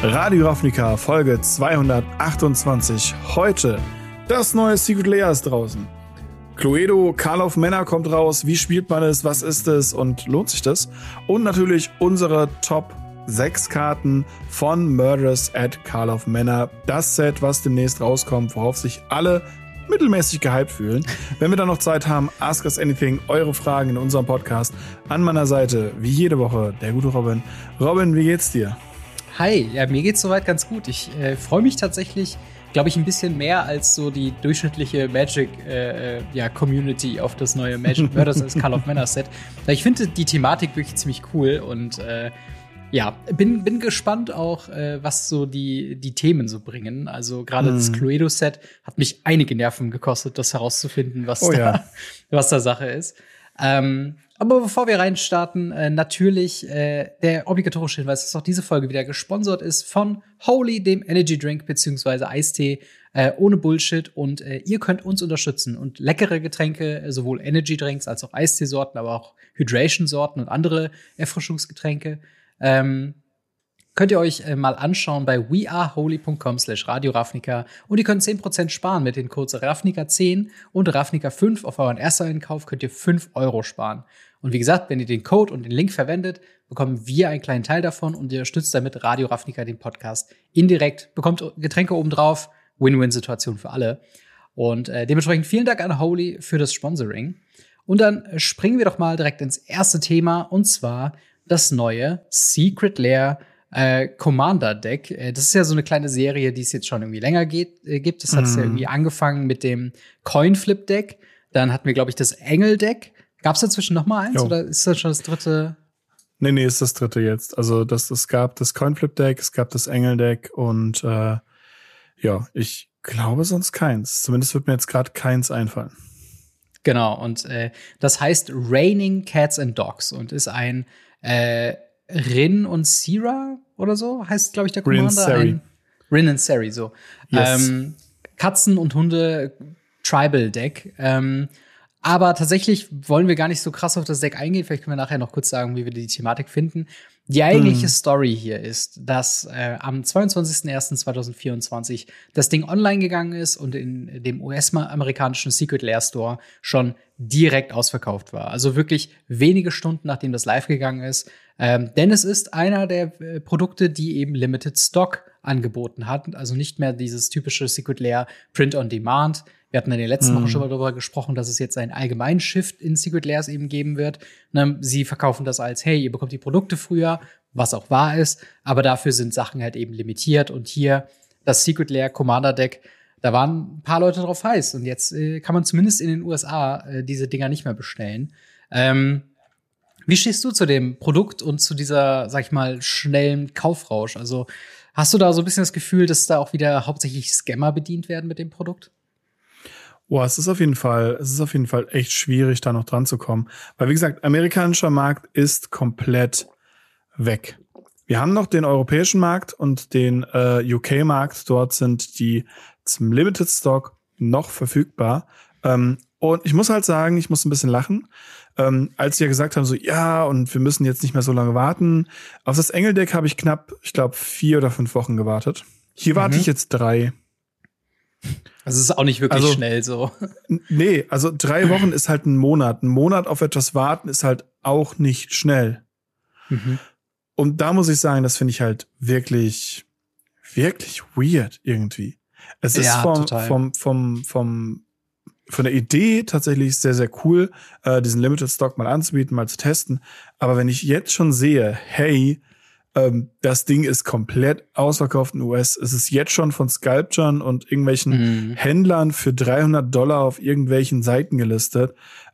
Radio Ravnica, Folge 228. Heute das neue Secret Lair ist draußen. Cluedo, Call of Mana kommt raus. Wie spielt man es? Was ist es? Und lohnt sich das? Und natürlich unsere Top 6 Karten von Murderous at Call of Mana. Das Set, was demnächst rauskommt, worauf sich alle mittelmäßig gehypt fühlen. Wenn wir dann noch Zeit haben, ask us anything, eure Fragen in unserem Podcast. An meiner Seite, wie jede Woche, der gute Robin. Robin, wie geht's dir? Hi, ja, mir geht's soweit ganz gut. Ich freue mich tatsächlich, glaube ich, ein bisschen mehr als so die durchschnittliche Magic-Community auf das neue Magic Murders as Call of Mana Set. Weil ich finde die Thematik wirklich ziemlich cool und bin gespannt auch, was so die Themen so bringen. Also gerade das Cluedo-Set hat mich einige Nerven gekostet, das herauszufinden, was da Sache ist. Aber bevor wir reinstarten, natürlich der obligatorische Hinweis, dass auch diese Folge wieder gesponsert ist von Holy, dem Energy Drink bzw. Eistee ohne Bullshit. Und ihr könnt uns unterstützen und leckere Getränke, sowohl Energy Drinks als auch Eisteesorten, aber auch Hydration-Sorten und andere Erfrischungsgetränke könnt ihr euch mal anschauen bei weareholy.com/Radio Ravnica und ihr könnt 10% sparen mit den Codes Ravnica10 und Ravnica5 auf euren ersten Einkauf könnt ihr 5 € sparen. Und wie gesagt, wenn ihr den Code und den Link verwendet, bekommen wir einen kleinen Teil davon und ihr unterstützt damit Radio Ravnica, den Podcast, indirekt, bekommt Getränke obendrauf, Win-Win-Situation für alle. Und dementsprechend vielen Dank an Holy für das Sponsoring. Und dann springen wir doch mal direkt ins erste Thema, und zwar das neue Secret Lair Commander Deck. Das ist ja so eine kleine Serie, die es jetzt schon irgendwie länger gibt. Das hat es ja irgendwie angefangen mit dem Coinflip Deck. Dann hatten wir, glaube ich, das Engel Deck. Gab es dazwischen noch mal eins oder ist das schon das dritte? Nee, ist das dritte jetzt. Also es gab das Coinflip Deck, es gab das Engel Deck und ich glaube sonst keins. Zumindest wird mir jetzt gerade keins einfallen. Genau, und das heißt Raining Cats and Dogs und ist ein Rin und Sira oder so, heißt, glaube ich, der Commander. Rin and Seri, so. Yes. Katzen und Hunde Tribal Deck. Aber tatsächlich wollen wir gar nicht so krass auf das Deck eingehen. Vielleicht können wir nachher noch kurz sagen, wie wir die Thematik finden. Die eigentliche Story hier ist, dass am 22.01.2024 das Ding online gegangen ist und in dem US-amerikanischen Secret Lair Store schon direkt ausverkauft war. Also wirklich wenige Stunden, nachdem das live gegangen ist. Denn es ist einer der Produkte, die eben Limited Stock angeboten hat. Also nicht mehr dieses typische Secret Lair Print on Demand. Wir hatten in den letzten Wochen schon mal darüber gesprochen, dass es jetzt einen allgemeinen Shift in Secret Lairs eben geben wird. Sie verkaufen das als, hey, ihr bekommt die Produkte früher, was auch wahr ist, aber dafür sind Sachen halt eben limitiert. Und hier das Secret Lair Commander Deck, da waren ein paar Leute drauf heiß. Und jetzt kann man zumindest in den USA diese Dinger nicht mehr bestellen. Wie stehst du zu dem Produkt und zu dieser, sag ich mal, schnellen Kaufrausch? Also hast du da so ein bisschen das Gefühl, dass da auch wieder hauptsächlich Scammer bedient werden mit dem Produkt? Boah, es ist auf jeden Fall echt schwierig, da noch dran zu kommen. Weil, wie gesagt, amerikanischer Markt ist komplett weg. Wir haben noch den europäischen Markt und den UK-Markt. Dort sind die zum Limited Stock noch verfügbar. Und ich muss halt sagen, ich muss ein bisschen lachen. Als sie ja gesagt haben, so, ja, und wir müssen jetzt nicht mehr so lange warten. Auf das Engeldeck habe ich knapp, ich glaube, 4 oder 5 Wochen gewartet. Hier warte ich jetzt 3. Also es ist auch nicht wirklich schnell so. Nee, also 3 Wochen ist halt ein Monat. Ein Monat auf etwas warten ist halt auch nicht schnell. Und da muss ich sagen, das finde ich halt wirklich, wirklich weird irgendwie. Es ist von der Idee tatsächlich sehr, sehr cool, diesen Limited Stock mal anzubieten, mal zu testen. Aber wenn ich jetzt schon sehe, hey, das Ding ist komplett ausverkauft in den US. Es ist jetzt schon von Sculpturen und irgendwelchen Händlern für $300 auf irgendwelchen Seiten gelistet.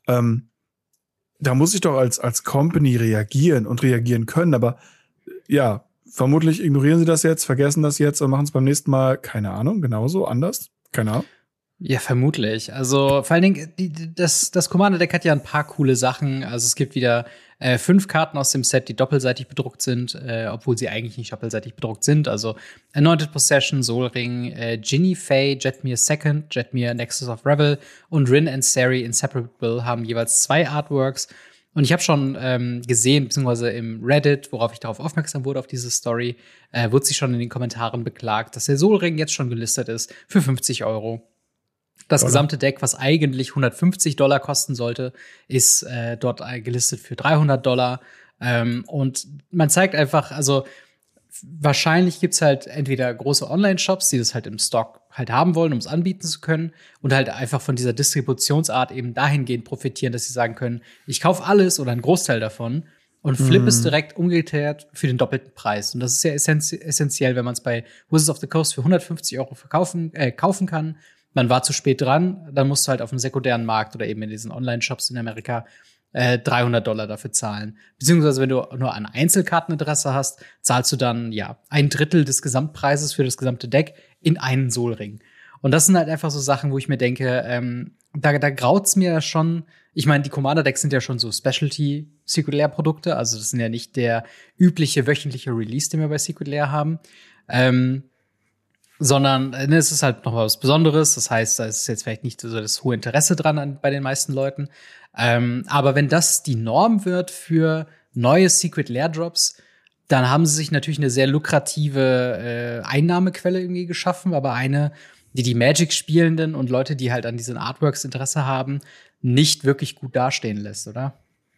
Da muss ich doch als Company reagieren und reagieren können. Aber ja, vermutlich ignorieren sie das jetzt, vergessen das jetzt und machen es beim nächsten Mal, keine Ahnung, genauso, anders. Keine Ahnung. Ja, vermutlich. Also vor allen Dingen, das Commander-Deck hat ja ein paar coole Sachen. Also es gibt wieder 5 Karten aus dem Set, die doppelseitig bedruckt sind, obwohl sie eigentlich nicht doppelseitig bedruckt sind. Also Anointed Possession, Soul Ring, Ginny Faye, Jetmir II, Jetmir Nexus of Rebel und Rin and Seri Inseparable haben jeweils 2 Artworks. Und ich habe schon gesehen, beziehungsweise im Reddit, worauf ich darauf aufmerksam wurde, auf diese Story, wurde sich schon in den Kommentaren beklagt, dass der Sol Ring jetzt schon gelistet ist für 50 Euro. Das gesamte Deck, was eigentlich $150 kosten sollte, ist dort gelistet für $300. Und man zeigt einfach, also wahrscheinlich gibt's halt entweder große Online-Shops, die das halt im Stock halt haben wollen, um es anbieten zu können und halt einfach von dieser Distributionsart eben dahingehend profitieren, dass sie sagen können, ich kaufe alles oder einen Großteil davon und flip es direkt umgekehrt für den doppelten Preis. Und das ist ja essentiell, wenn man es bei Wizards of the Coast für 150 Euro kaufen kann. Man war zu spät dran, dann musst du halt auf dem sekundären Markt oder eben in diesen Online-Shops in Amerika $300 dafür zahlen. Beziehungsweise, wenn du nur an Einzelkarteninteresse hast, zahlst du dann, ja, 1/3 des Gesamtpreises für das gesamte Deck in einen Sol Ring. Und das sind halt einfach so Sachen, wo ich mir denke, da graut's mir schon. Ich meine, die Commander-Decks sind ja schon so Specialty-Secret Lair-Produkte. Also, das sind ja nicht der übliche wöchentliche Release, den wir bei Secret Lair haben. Sondern es ist halt noch was Besonderes. Das heißt, da ist jetzt vielleicht nicht so das hohe Interesse dran bei den meisten Leuten. Aber wenn das die Norm wird für neue Secret Lair Drops, dann haben sie sich natürlich eine sehr lukrative Einnahmequelle irgendwie geschaffen, aber eine, die Magic-Spielenden und Leute, die halt an diesen Artworks Interesse haben, nicht wirklich gut dastehen lässt, oder?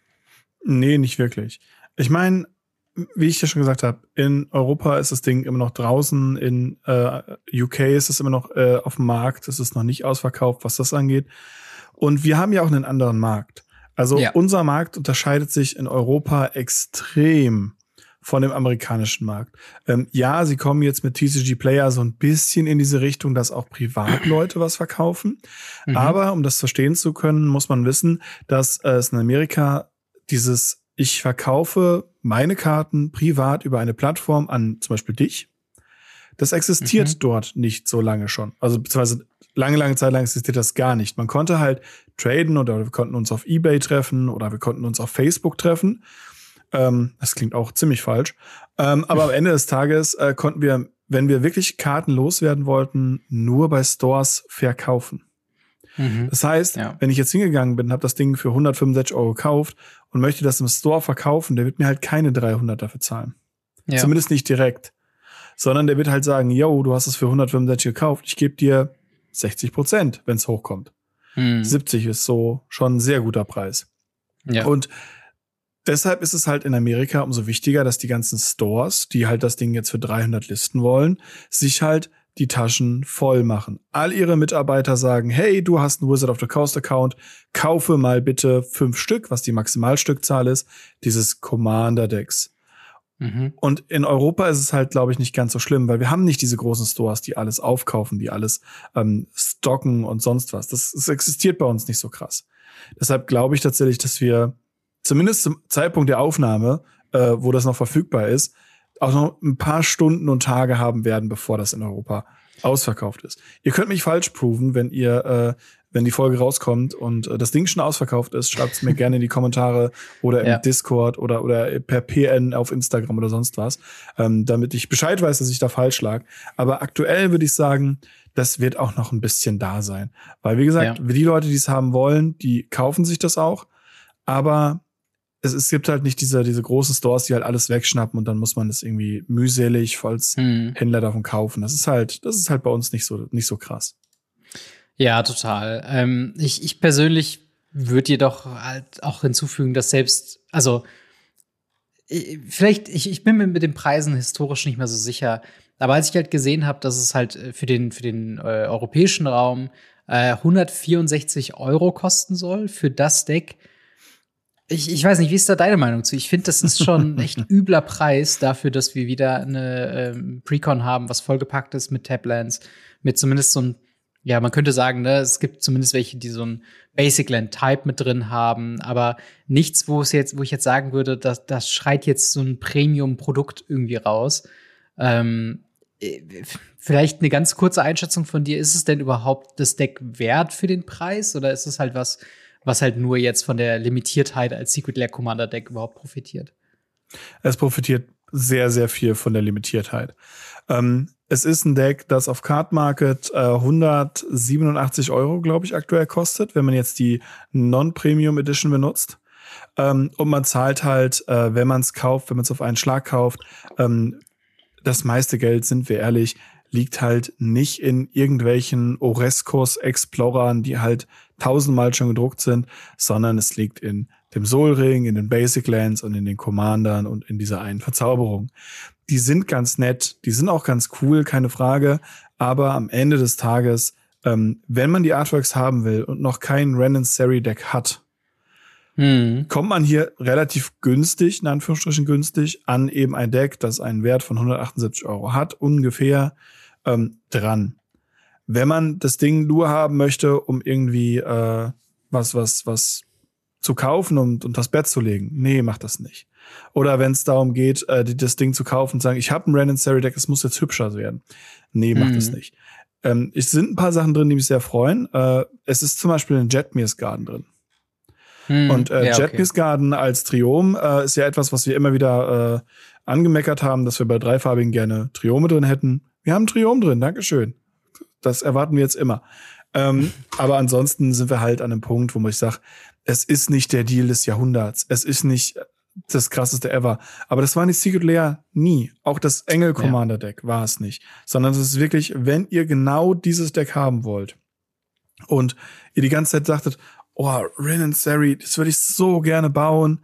Nee, nicht wirklich. Ich meine, wie ich ja schon gesagt habe, in Europa ist das Ding immer noch draußen, in UK ist es immer noch auf dem Markt, es ist noch nicht ausverkauft, was das angeht. Und wir haben ja auch einen anderen Markt. Also unser Markt unterscheidet sich in Europa extrem von dem amerikanischen Markt. Ja, sie kommen jetzt mit TCG Player so ein bisschen in diese Richtung, dass auch Privatleute was verkaufen. Aber um das verstehen zu können, muss man wissen, dass es in Amerika dieses ich verkaufe meine Karten privat über eine Plattform an zum Beispiel dich. Das existiert dort nicht so lange schon. Also beziehungsweise lange Zeit lang existiert das gar nicht. Man konnte halt traden oder wir konnten uns auf eBay treffen oder wir konnten uns auf Facebook treffen. Das klingt auch ziemlich falsch. Aber am Ende des Tages konnten wir, wenn wir wirklich Karten loswerden wollten, nur bei Stores verkaufen. Das heißt, wenn ich jetzt hingegangen bin, habe das Ding für 165 Euro gekauft und möchte das im Store verkaufen, der wird mir halt keine 300 dafür zahlen. Ja. Zumindest nicht direkt. Sondern der wird halt sagen, yo, du hast es für 165 gekauft, ich gebe dir 60%, wenn es hochkommt. 70 ist so schon ein sehr guter Preis. Ja. Und deshalb ist es halt in Amerika umso wichtiger, dass die ganzen Stores, die halt das Ding jetzt für 300 listen wollen, sich halt die Taschen voll machen. All ihre Mitarbeiter sagen, hey, du hast einen Wizard of the Coast Account, kaufe mal bitte 5 Stück, was die Maximalstückzahl ist, dieses Commander-Decks. Und in Europa ist es halt, glaube ich, nicht ganz so schlimm, weil wir haben nicht diese großen Stores, die alles aufkaufen, die alles stocken und sonst was. Das existiert bei uns nicht so krass. Deshalb glaube ich tatsächlich, dass wir zumindest zum Zeitpunkt der Aufnahme, wo das noch verfügbar ist, auch noch ein paar Stunden und Tage haben werden, bevor das in Europa ausverkauft ist. Ihr könnt mich falsch proven, wenn die Folge rauskommt und das Ding schon ausverkauft ist, schreibt es mir gerne in die Kommentare oder im Discord oder per PN auf Instagram oder sonst was, damit ich Bescheid weiß, dass ich da falsch lag. Aber aktuell würde ich sagen, das wird auch noch ein bisschen da sein. Weil, wie gesagt, die Leute, die es haben wollen, die kaufen sich das auch. Aber es gibt halt nicht diese großen Stores, die halt alles wegschnappen und dann muss man das irgendwie mühselig als Händler davon kaufen. Das ist halt bei uns nicht so krass. Ja, total. Ich persönlich würde jedoch halt auch hinzufügen, dass selbst, also vielleicht, ich bin mir mit den Preisen historisch nicht mehr so sicher, aber als ich halt gesehen habe, dass es halt für den europäischen Raum 164 Euro kosten soll für das Deck. Ich weiß nicht, wie ist da deine Meinung zu? Ich finde, das ist schon ein echt übler Preis dafür, dass wir wieder eine Precon haben, was vollgepackt ist mit Tablands, mit zumindest so ein, ja, man könnte sagen, ne, es gibt zumindest welche, die so ein Basic Land Type mit drin haben, aber nichts, wo ich jetzt sagen würde, dass das schreit jetzt so ein Premium-Produkt irgendwie raus. Vielleicht eine ganz kurze Einschätzung von dir. Ist es denn überhaupt das Deck wert für den Preis oder ist es halt was halt nur jetzt von der Limitiertheit als Secret Lair Commander Deck überhaupt profitiert? Es profitiert sehr, sehr viel von der Limitiertheit. Es ist ein Deck, das auf Card Market 187 Euro, glaube ich, aktuell kostet, wenn man jetzt die Non-Premium Edition benutzt. Und man zahlt halt, wenn man es kauft, wenn man es auf einen Schlag kauft, das meiste Geld, sind wir ehrlich, liegt halt nicht in irgendwelchen Oreskos Explorern, die halt 1000-mal schon gedruckt sind, sondern es liegt in dem Sol Ring, in den Basic Lands und in den Commandern und in dieser einen Verzauberung. Die sind ganz nett, die sind auch ganz cool, keine Frage, aber am Ende des Tages, wenn man die Artworks haben will und noch kein Ren and Seri Deck hat, kommt man hier relativ günstig, in Anführungsstrichen günstig, an eben ein Deck, das einen Wert von 178 € hat, ungefähr dran. Wenn man das Ding nur haben möchte, um irgendwie was zu kaufen und das Bett zu legen, nee, macht das nicht. Oder wenn es darum geht, das Ding zu kaufen und sagen, ich habe ein Ren and Seri Deck, es muss jetzt hübscher werden. Nee, macht das nicht. Es sind ein paar Sachen drin, die mich sehr freuen. Es ist zum Beispiel ein Jetmir's Garden drin. Und Jetmir's Garden als Triom ist ja etwas, was wir immer wieder angemeckert haben, dass wir bei dreifarbigen gerne Triome drin hätten. Wir haben ein Triom drin, Dankeschön. Das erwarten wir jetzt immer. Aber ansonsten sind wir halt an einem Punkt, wo ich sage, es ist nicht der Deal des Jahrhunderts. Es ist nicht das krasseste ever. Aber das war nicht Secret Lair nie. Auch das Engel Commander Deck war es nicht. Sondern es ist wirklich, wenn ihr genau dieses Deck haben wollt und ihr die ganze Zeit dachtet, oh, Ren and Seri, das würde ich so gerne bauen.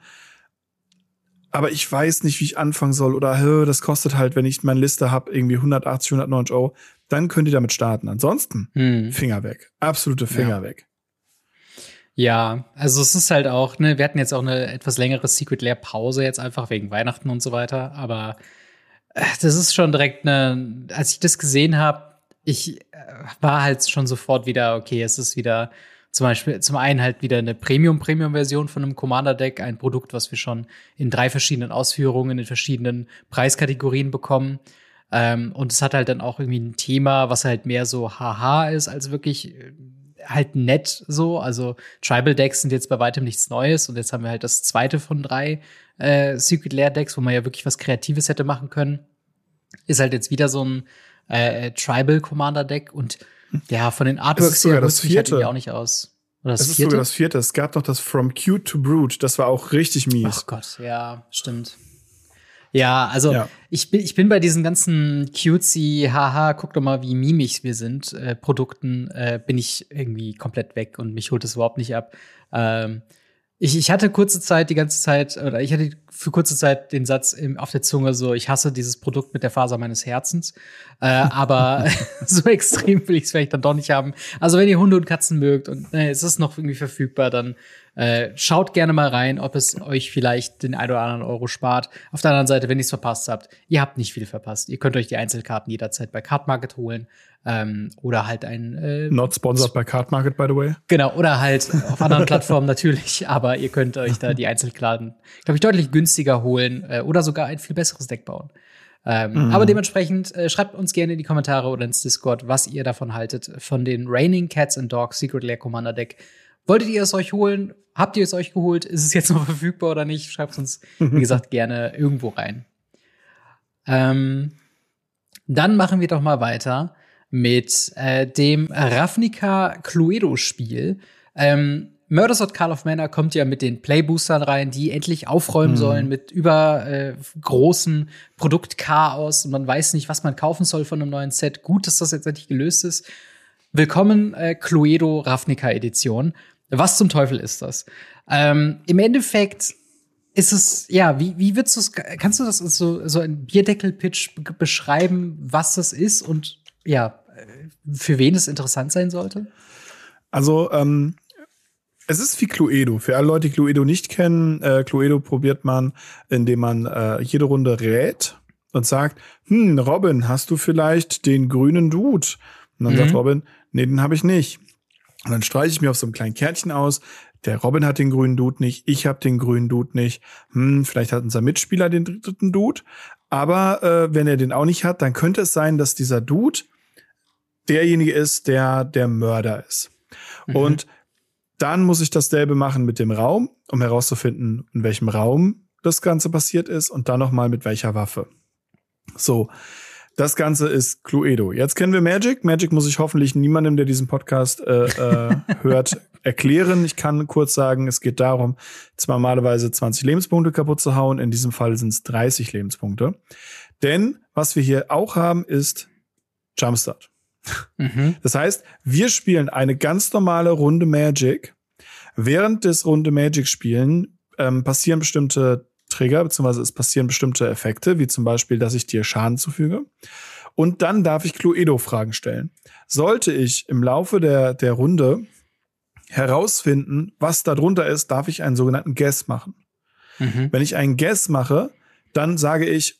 Aber ich weiß nicht, wie ich anfangen soll. Oder das kostet halt, wenn ich meine Liste habe, irgendwie 180, 190 €. Dann könnt ihr damit starten. Ansonsten Finger weg. Absolute Finger weg. Ja, also es ist halt auch, ne, wir hatten jetzt auch eine etwas längere Secret Lair Pause jetzt einfach wegen Weihnachten und so weiter. Aber das ist schon direkt als ich das gesehen habe, ich war halt schon sofort wieder, okay, es ist wieder zum einen halt wieder eine Premium-Version von einem Commander-Deck, ein Produkt, was wir schon in 3 verschiedenen Ausführungen, in verschiedenen Preiskategorien bekommen. Und es hat halt dann auch irgendwie ein Thema, was halt mehr so haha ist, als wirklich halt nett so. Also Tribal-Decks sind jetzt bei weitem nichts Neues. Und jetzt haben wir halt das zweite von 3 Secret Lair-Decks, wo man ja wirklich was Kreatives hätte machen können. Ist halt jetzt wieder so ein Tribal-Commander-Deck und ja, von den Artworks her wusste ich halt irgendwie auch nicht aus. Oder das vierte? Ist sogar das 4. Es gab noch das From Cute to Brute. Das war auch richtig mies. Ach Gott, ja, stimmt. Ja, also ich bin bei diesen ganzen cutesy, haha, guck doch mal, wie mimig wir sind, Produkten, bin ich irgendwie komplett weg und mich holt es überhaupt nicht ab. Ich hatte für kurze Zeit den Satz auf der Zunge so, ich hasse dieses Produkt mit der Faser meines Herzens. Aber so extrem will ich es vielleicht dann doch nicht haben. Also wenn ihr Hunde und Katzen mögt und es ist noch irgendwie verfügbar, dann schaut gerne mal rein, ob es euch vielleicht den 1 oder anderen Euro spart. Auf der anderen Seite, wenn ihr es verpasst habt, ihr habt nicht viel verpasst. Ihr könnt euch die Einzelkarten jederzeit bei Card Market holen. Oder halt ein Not sponsored by Card Market, by the way. Genau, oder halt auf anderen Plattformen natürlich, aber ihr könnt euch da die Einzelkarten, glaube ich, deutlich günstiger holen oder sogar ein viel besseres Deck bauen. Aber dementsprechend schreibt uns gerne in die Kommentare oder ins Discord, was ihr davon haltet, von den Raining Cats and Dogs Secret Lair Commander Deck. Wolltet ihr es euch holen? Habt ihr es euch geholt? Ist es jetzt noch verfügbar oder nicht? Schreibt es uns, wie gesagt, gerne irgendwo rein. Dann machen wir doch mal weiter mit dem Ravnica Cluedo-Spiel. Murders at Karl of Manor kommt ja mit den Playboostern rein, die endlich aufräumen sollen mit großen Produktchaos. Und man weiß nicht, was man kaufen soll von einem neuen Set. Gut, dass das jetzt endlich gelöst ist. Willkommen, Cluedo Ravnica Edition. Was zum Teufel ist das? Im Endeffekt ist es, ja, wie würdest du es, kannst du das so ein Bierdeckel-Pitch beschreiben, was das ist und ja, für wen es interessant sein sollte? Also, es ist wie Cluedo. Für alle Leute, die Cluedo nicht kennen, Cluedo probiert man, indem man jede Runde rät und sagt, Robin, hast du vielleicht den grünen Dude? Und dann sagt Robin, nee, den habe ich nicht. Und dann streiche ich mir auf so einem kleinen Kärtchen aus, der Robin hat den grünen Dude nicht, ich habe den grünen Dude nicht. Vielleicht hat unser Mitspieler den dritten Dude. Aber wenn er den auch nicht hat, dann könnte es sein, dass dieser Dude derjenige ist, der Mörder ist. Und dann muss ich dasselbe machen mit dem Raum, um herauszufinden, in welchem Raum das Ganze passiert ist und dann noch mal mit welcher Waffe. So, das Ganze ist Cluedo. Jetzt kennen wir Magic. Magic muss ich hoffentlich niemandem, der diesen Podcast hört, erklären. Ich kann kurz sagen, es geht darum, normalerweise 20 Lebenspunkte kaputt zu hauen. In diesem Fall sind es 30 Lebenspunkte. Denn was wir hier auch haben, ist Jumpstart. Das heißt, wir spielen eine ganz normale Runde Magic. Während des Runde Magic spielen passieren bestimmte Trigger, beziehungsweise es passieren bestimmte Effekte, wie zum Beispiel, dass ich dir Schaden zufüge. Und dann darf ich Cluedo-Fragen stellen. Sollte ich im Laufe der Runde herausfinden, was da drunter ist, darf ich einen sogenannten Guess machen. Wenn ich einen Guess mache, dann sage ich,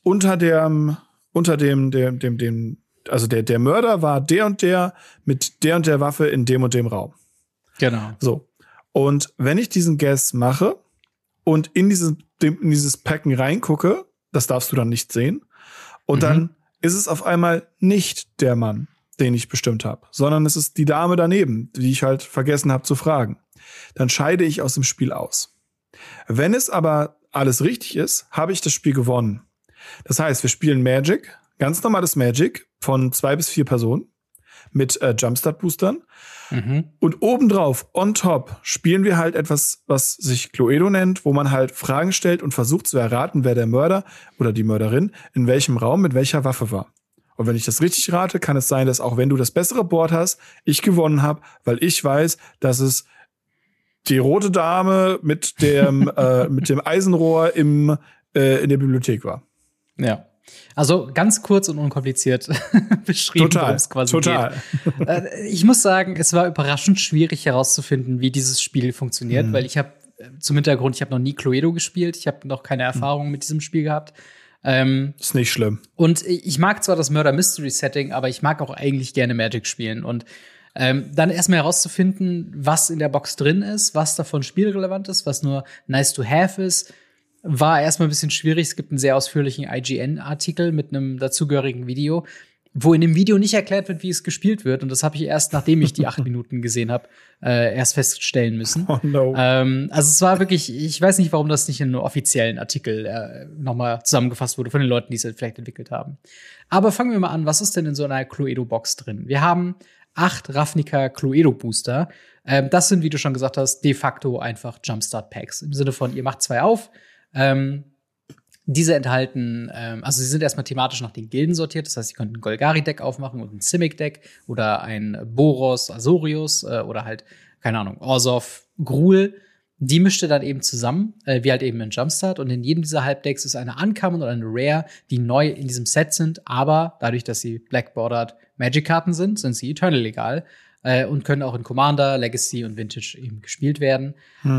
also der Mörder war der und der mit der und der Waffe in dem und dem Raum. Genau. So. Und wenn ich diesen Guess mache und in dieses Packen reingucke, das darfst du dann nicht sehen, und dann ist es auf einmal nicht der Mann, den ich bestimmt habe, sondern es ist die Dame daneben, die ich halt vergessen habe zu fragen. Dann scheide ich aus dem Spiel aus. Wenn es aber alles richtig ist, habe ich das Spiel gewonnen. Das heißt, wir spielen Magic, ganz normales Magic von 2 bis 4 Personen mit Jumpstart-Boostern. Und obendrauf, on top, spielen wir halt etwas, was sich Cluedo nennt, wo man halt Fragen stellt und versucht zu erraten, wer der Mörder oder die Mörderin in welchem Raum mit welcher Waffe war. Und wenn ich das richtig rate, kann es sein, dass auch wenn du das bessere Board hast, ich gewonnen habe, weil ich weiß, dass es die rote Dame mit dem Eisenrohr in der Bibliothek war. Ja. Also ganz kurz und unkompliziert beschrieben, worum es quasi geht. Ich muss sagen, es war überraschend schwierig herauszufinden, wie dieses Spiel funktioniert, weil ich habe zum Hintergrund, ich habe noch nie Cluedo gespielt, ich habe noch keine Erfahrung mit diesem Spiel gehabt. Ist nicht schlimm. Und ich mag zwar das Murder-Mystery-Setting, aber ich mag auch eigentlich gerne Magic spielen. Und dann erstmal herauszufinden, was in der Box drin ist, was davon spielrelevant ist, was nur nice to have ist, war erstmal ein bisschen schwierig. Es gibt einen sehr ausführlichen IGN-Artikel mit einem dazugehörigen Video, wo in dem Video nicht erklärt wird, wie es gespielt wird. Und das habe ich erst, nachdem ich die 8 Minuten gesehen habe, erst feststellen müssen. Oh no. Also es war wirklich, ich weiß nicht, warum das nicht in einem offiziellen Artikel nochmal zusammengefasst wurde von den Leuten, die es vielleicht entwickelt haben. Aber fangen wir mal an, was ist denn in so einer Cluedo-Box drin? Wir haben 8 Ravnica Cluedo-Booster. Das sind, wie du schon gesagt hast, de facto einfach Jumpstart-Packs. Im Sinne von, ihr macht 2 auf. Diese enthalten, also sie sind erstmal thematisch nach den Gilden sortiert. Das heißt, ihr könnt ein Golgari-Deck aufmachen und ein Simic-Deck oder ein Boros Azorius oder halt, keine Ahnung, Orzhov Gruul. Die mischt ihr dann eben zusammen, wie halt eben in Jumpstart. Und in jedem dieser Halbdecks ist eine Uncommon oder eine Rare, die neu in diesem Set sind. Aber dadurch, dass sie Black-Bordered Magic-Karten sind sie eternal legal und können auch in Commander, Legacy und Vintage eben gespielt werden.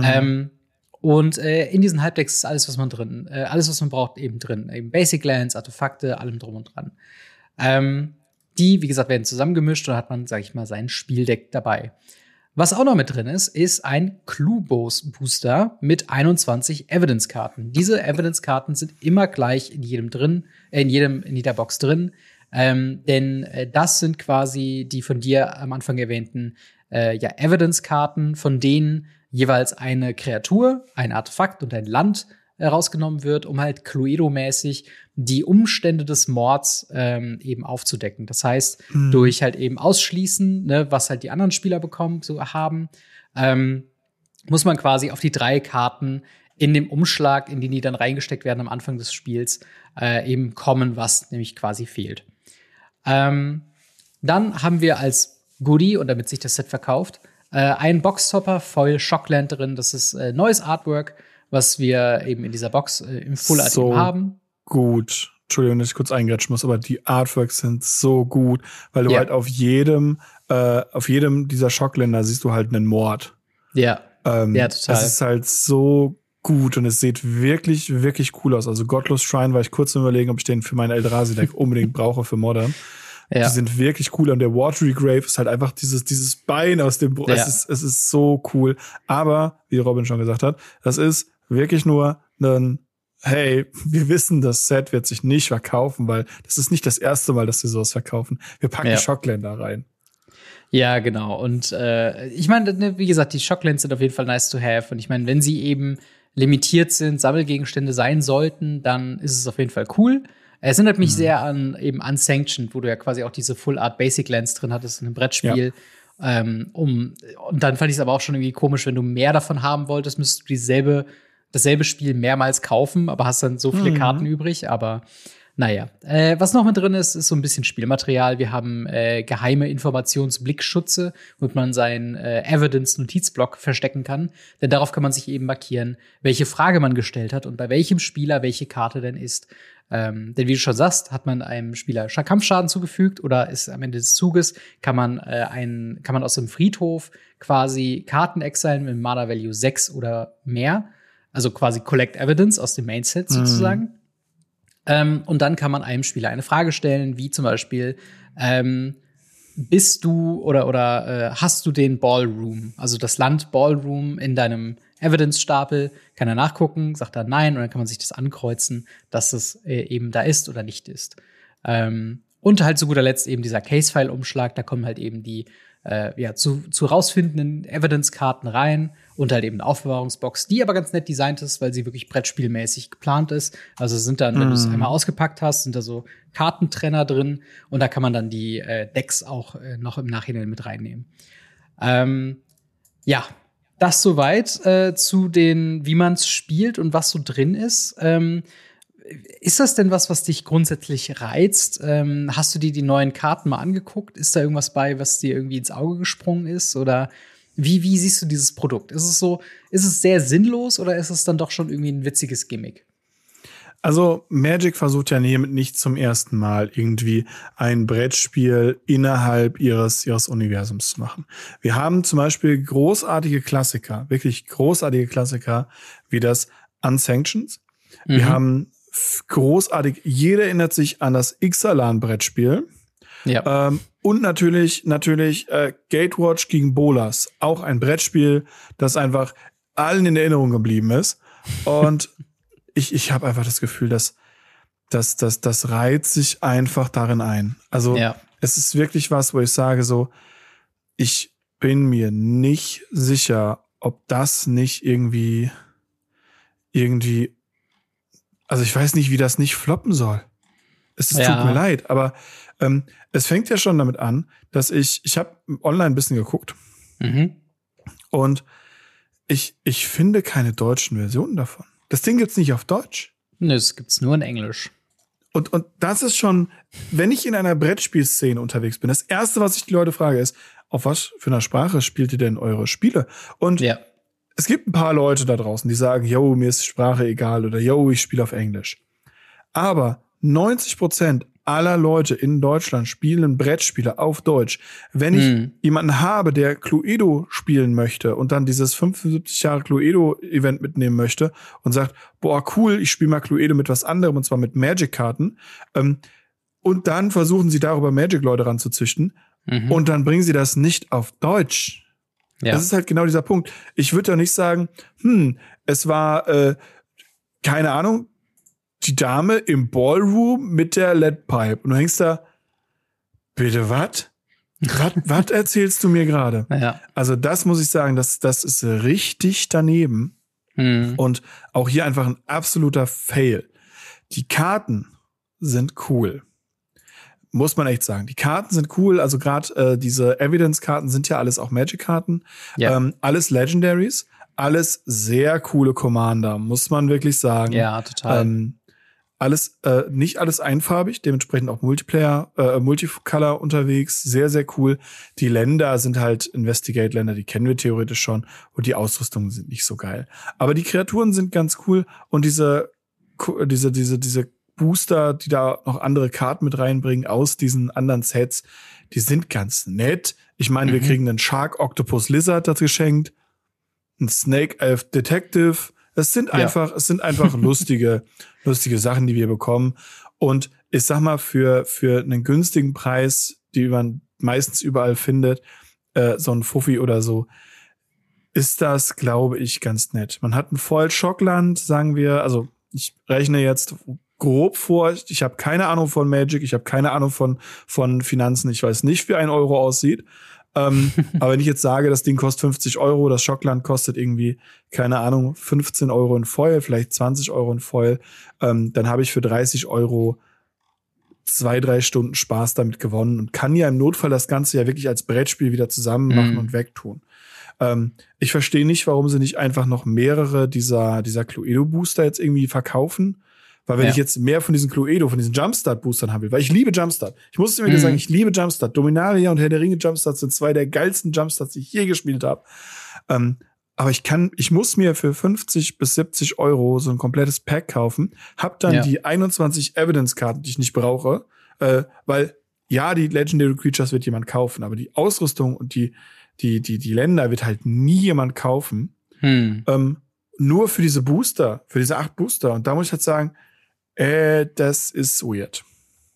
Und in diesen Halbdecks ist alles, was man braucht, eben drin. Eben Basic Lands, Artefakte, allem drum und dran. Die, wie gesagt, werden zusammengemischt und hat man, sag ich mal, sein Spieldeck dabei. Was auch noch mit drin ist ein Clue-Booster mit 21 Evidence-Karten. Diese Evidence-Karten sind immer gleich in jeder Box drin. Denn das sind quasi die von dir am Anfang erwähnten Evidence-Karten, von denen jeweils eine Kreatur, ein Artefakt und ein Land rausgenommen wird, um halt Cluedo-mäßig die Umstände des Mords eben aufzudecken. Das heißt, durch halt eben Ausschließen, ne, was halt die anderen Spieler haben, muss man quasi auf die 3 Karten in dem Umschlag, in den die dann reingesteckt werden am Anfang des Spiels, eben kommen, was nämlich quasi fehlt. Dann haben wir als Goodie, und damit sich das Set verkauft, einen Boxtopper, Foil Shockland drin. Das ist neues Artwork, was wir eben in dieser Box im Full Art so haben. Gut. Entschuldigung, dass ich kurz eingrätschen muss, aber die Artworks sind so gut, weil du halt auf jedem dieser Shockländer siehst du halt einen Mord. Ja, total. Das ist halt so gut und es sieht wirklich, wirklich cool aus. Also Godless Shrine war ich kurz überlegen, ob ich den für mein Eldrazi-Deck unbedingt brauche für Modern. Ja. Die sind wirklich cool. Und der Watery Grave ist halt einfach dieses Bein aus dem es ist so cool. Aber, wie Robin schon gesagt hat, das ist wirklich nur hey, wir wissen, das Set wird sich nicht verkaufen, weil das ist nicht das erste Mal, dass wir sowas verkaufen. Wir packen Shockländer rein. Ja, genau. Und ich meine, wie gesagt, die Shocklands sind auf jeden Fall nice to have. Und ich meine, wenn sie eben limitiert sind, Sammelgegenstände sein sollten, dann ist es auf jeden Fall cool. Es erinnert mich sehr an eben Unsanctioned, wo du ja quasi auch diese Full Art Basic Lands drin hattest in einem Brettspiel. Und dann fand ich es aber auch schon irgendwie komisch, wenn du mehr davon haben wolltest, müsstest du dasselbe Spiel mehrmals kaufen, aber hast dann so viele Karten übrig. Aber naja, was noch mit drin ist, ist so ein bisschen Spielmaterial. Wir haben geheime Informationsblickschutze, womit man seinen Evidence-Notizblock verstecken kann. Denn darauf kann man sich eben markieren, welche Frage man gestellt hat und bei welchem Spieler welche Karte denn ist. Denn wie du schon sagst, hat man einem Spieler Kampfschaden zugefügt oder ist am Ende des Zuges, kann man aus dem Friedhof quasi Karten exilen mit Mana Value 6 oder mehr. Also quasi Collect Evidence aus dem Main-Set sozusagen. Und dann kann man einem Spieler eine Frage stellen, wie zum Beispiel, bist du oder hast du den Ballroom, also das Land Ballroom in deinem Evidence-Stapel, kann er nachgucken, sagt er nein, und dann kann man sich das ankreuzen, dass es eben da ist oder nicht ist. Und halt zu guter Letzt eben dieser Case-File-Umschlag, da kommen halt eben die zu rausfindenden Evidence-Karten rein und halt eben eine Aufbewahrungsbox, die aber ganz nett designt ist, weil sie wirklich brettspielmäßig geplant ist. Also sind dann, wenn du es einmal ausgepackt hast, sind da so Kartentrenner drin und da kann man dann die Decks auch noch im Nachhinein mit reinnehmen. Das soweit zu den, wie man es spielt und was so drin ist. Ist das denn was dich grundsätzlich reizt? Hast du dir die neuen Karten mal angeguckt? Ist da irgendwas bei, was dir irgendwie ins Auge gesprungen ist? Oder wie siehst du dieses Produkt? Ist es sehr sinnlos oder ist es dann doch schon irgendwie ein witziges Gimmick? Also Magic versucht ja nicht zum ersten Mal irgendwie ein Brettspiel innerhalb ihres Universums zu machen. Wir haben zum Beispiel großartige Klassiker, wirklich großartige Klassiker, wie das Unsanctioned. Wir haben großartig, jeder erinnert sich an das Ixalan-Brettspiel. Ja. Und natürlich Gatewatch gegen Bolas, auch ein Brettspiel, das einfach allen in Erinnerung geblieben ist. Und ich habe einfach das Gefühl, dass das reiht sich einfach darin ein. Also es ist wirklich was, wo ich sage so, ich bin mir nicht sicher, ob das nicht irgendwie, also ich weiß nicht, wie das nicht floppen soll. Es tut mir leid, aber es fängt ja schon damit an, dass ich habe online ein bisschen geguckt und ich finde keine deutschen Versionen davon. Das Ding gibt's nicht auf Deutsch. Ne, es gibt's nur in Englisch. Und das ist schon, wenn ich in einer Brettspielszene unterwegs bin, das Erste, was ich die Leute frage, ist, auf was für einer Sprache spielt ihr denn eure Spiele? Und es gibt ein paar Leute da draußen, die sagen, yo, mir ist Sprache egal oder yo, ich spiele auf Englisch. Aber 90% aller Leute in Deutschland spielen Brettspiele auf Deutsch. Wenn ich jemanden habe, der Cluedo spielen möchte und dann dieses 75 Jahre Cluedo-Event mitnehmen möchte und sagt, boah, cool, ich spiele mal Cluedo mit was anderem, und zwar mit Magic-Karten, und dann versuchen sie darüber Magic-Leute ranzuzüchten und dann bringen sie das nicht auf Deutsch. Ja. Das ist halt genau dieser Punkt. Ich würde ja nicht sagen, es war, keine Ahnung, die Dame im Ballroom mit der LED-Pipe. Und du hängst da, bitte was? Was erzählst du mir gerade? Ja. Also das muss ich sagen, das ist richtig daneben. Und auch hier einfach ein absoluter Fail. Die Karten sind cool. Muss man echt sagen. Die Karten sind cool. Also gerade diese Evidence-Karten sind ja alles auch Magic-Karten. Ja. Alles Legendaries. Alles sehr coole Commander, muss man wirklich sagen. Ja, total. Nicht alles einfarbig, dementsprechend auch Multicolor unterwegs, sehr, sehr cool. Die Länder sind halt Investigate-Länder, die kennen wir theoretisch schon, und die Ausrüstungen sind nicht so geil. Aber die Kreaturen sind ganz cool und diese Booster, die da noch andere Karten mit reinbringen aus diesen anderen Sets, die sind ganz nett. Ich meine, wir kriegen einen Shark Octopus Lizard dazu geschenkt, ein Snake Elf Detective. Es sind einfach lustige Sachen, die wir bekommen. Und ich sag mal, für einen günstigen Preis, die man meistens überall findet, so ein Fuffi oder so, ist das, glaube ich, ganz nett. Man hat ein Foil-Schockland, sagen wir, also ich rechne jetzt grob vor, ich habe keine Ahnung von Magic, ich habe keine Ahnung von Finanzen, ich weiß nicht, wie 1 Euro aussieht. Aber wenn ich jetzt sage, das Ding kostet 50 Euro, das Schockland kostet irgendwie, keine Ahnung, 15 Euro in Foil, vielleicht 20 Euro in Foil, dann habe ich für 30 Euro 2-3 Stunden Spaß damit gewonnen und kann ja im Notfall das Ganze ja wirklich als Brettspiel wieder zusammen machen und wegtun. Ich verstehe nicht, warum sie nicht einfach noch mehrere dieser Cluedo-Booster jetzt irgendwie verkaufen. Weil wenn ich jetzt mehr von diesen Cluedo, von diesen Jumpstart-Boostern haben will, weil ich liebe Jumpstart. Ich muss immer wieder sagen, ich liebe Jumpstart. Dominaria und Herr der Ringe Jumpstart sind 2 der geilsten Jumpstarts, die ich je gespielt habe. Aber ich muss mir für 50 bis 70 Euro so ein komplettes Pack kaufen, hab dann die 21 Evidence-Karten, die ich nicht brauche, weil die Legendary Creatures wird jemand kaufen, aber die Ausrüstung und die Länder wird halt nie jemand kaufen. Nur für diese Booster, für diese 8 Booster. Und da muss ich halt sagen, das ist weird.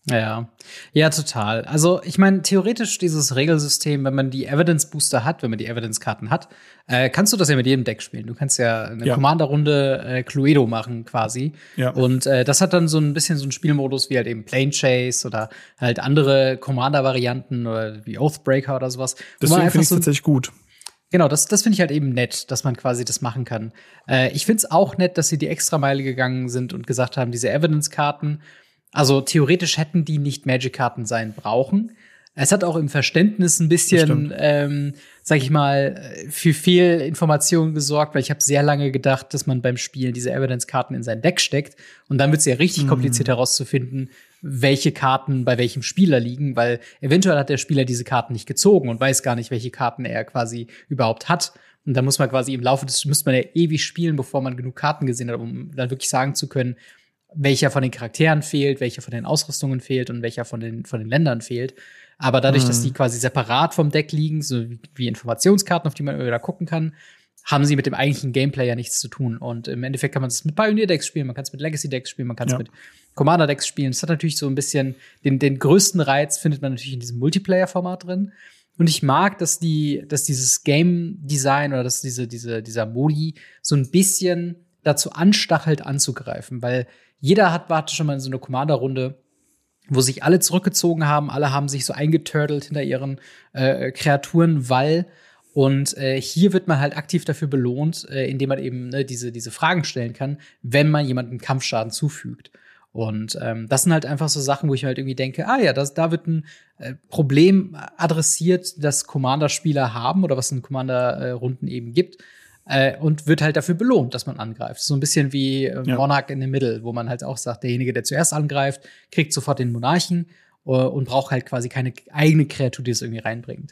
Ja, total. Also, ich meine, theoretisch dieses Regelsystem, wenn man die Evidence-Booster hat, wenn man die Evidence-Karten hat, kannst du das ja mit jedem Deck spielen. Du kannst ja eine Commander-Runde Cluedo machen quasi. Ja. Und das hat dann so ein bisschen so einen Spielmodus wie halt eben Plane Chase oder halt andere Commander-Varianten oder wie Oathbreaker oder sowas. Deswegen finde ich es tatsächlich gut. Genau, das finde ich halt eben nett, dass man quasi das machen kann. Ich finde es auch nett, dass sie die Extrameile gegangen sind und gesagt haben, diese Evidence-Karten, also theoretisch hätten die nicht Magic-Karten sein brauchen. Es hat auch im Verständnis ein bisschen, sag ich mal, für viel Information gesorgt, weil ich habe sehr lange gedacht, dass man beim Spielen diese Evidence-Karten in sein Deck steckt. Und dann wird es ja richtig kompliziert herauszufinden, welche Karten bei welchem Spieler liegen, weil eventuell hat der Spieler diese Karten nicht gezogen und weiß gar nicht, welche Karten er quasi überhaupt hat. Und da muss man quasi im Laufe müsste man ja ewig spielen, bevor man genug Karten gesehen hat, um dann wirklich sagen zu können, welcher von den Charakteren fehlt, welcher von den Ausrüstungen fehlt und welcher von den Ländern fehlt. Aber dadurch, dass die quasi separat vom Deck liegen, so wie Informationskarten, auf die man immer wieder gucken kann, haben sie mit dem eigentlichen Gameplay ja nichts zu tun. Und im Endeffekt kann man es mit Pioneer-Decks spielen, man kann es mit Legacy-Decks spielen, man kann es mit Commander-Decks spielen. Das hat natürlich so ein bisschen den größten Reiz findet man natürlich in diesem Multiplayer-Format drin. Und ich mag, dass dieses Game-Design oder dass dieser Modi so ein bisschen dazu anstachelt, anzugreifen. Weil jeder warte schon mal in so eine Commander-Runde, wo sich alle zurückgezogen haben, alle haben sich so eingeturtelt hinter ihren Kreaturenwall. Und hier wird man halt aktiv dafür belohnt, indem man eben diese Fragen stellen kann, wenn man jemandem Kampfschaden zufügt. Und das sind halt einfach so Sachen, wo ich halt irgendwie denke, da wird ein Problem adressiert, das Commander-Spieler haben oder was in Commander-Runden eben gibt. Und wird halt dafür belohnt, dass man angreift. So ein bisschen wie Monarch in the Middle, wo man halt auch sagt, derjenige, der zuerst angreift, kriegt sofort den Monarchen und braucht halt quasi keine eigene Kreatur, die es irgendwie reinbringt.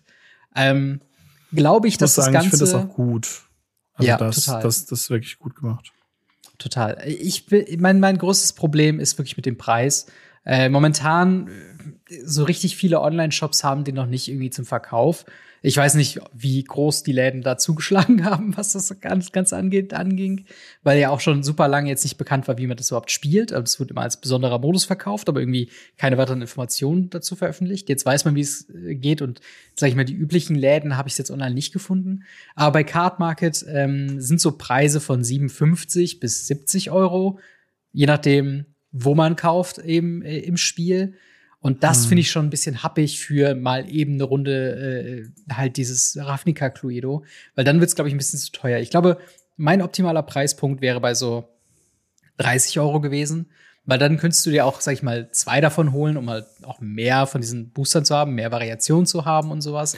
Glaube ich, dass das Ganze. Ich finde das auch gut. Also total. Das ist wirklich gut gemacht. Total. Mein größtes Problem ist wirklich mit dem Preis. Momentan so richtig viele Online-Shops haben den noch nicht irgendwie zum Verkauf. Ich weiß nicht, wie groß die Läden da zugeschlagen haben, was das ganz anging, weil ja auch schon super lange jetzt nicht bekannt war, wie man das überhaupt spielt. Also es wird immer als besonderer Modus verkauft, aber irgendwie keine weiteren Informationen dazu veröffentlicht. Jetzt weiß man, wie es geht und, sag ich mal, die üblichen Läden habe ich jetzt online nicht gefunden. Aber bei Card Market sind so Preise von 57 bis 70 Euro, je nachdem, wo man kauft eben im Spiel. Und das finde ich schon ein bisschen happig für mal eben eine Runde halt dieses Ravnica Cluedo, weil dann wird's, glaube ich, ein bisschen zu teuer. Ich glaube, mein optimaler Preispunkt wäre bei so 30 Euro gewesen, weil dann könntest du dir auch, sag ich mal, 2 davon holen, um halt auch mehr von diesen Boostern zu haben, mehr Variation zu haben und sowas.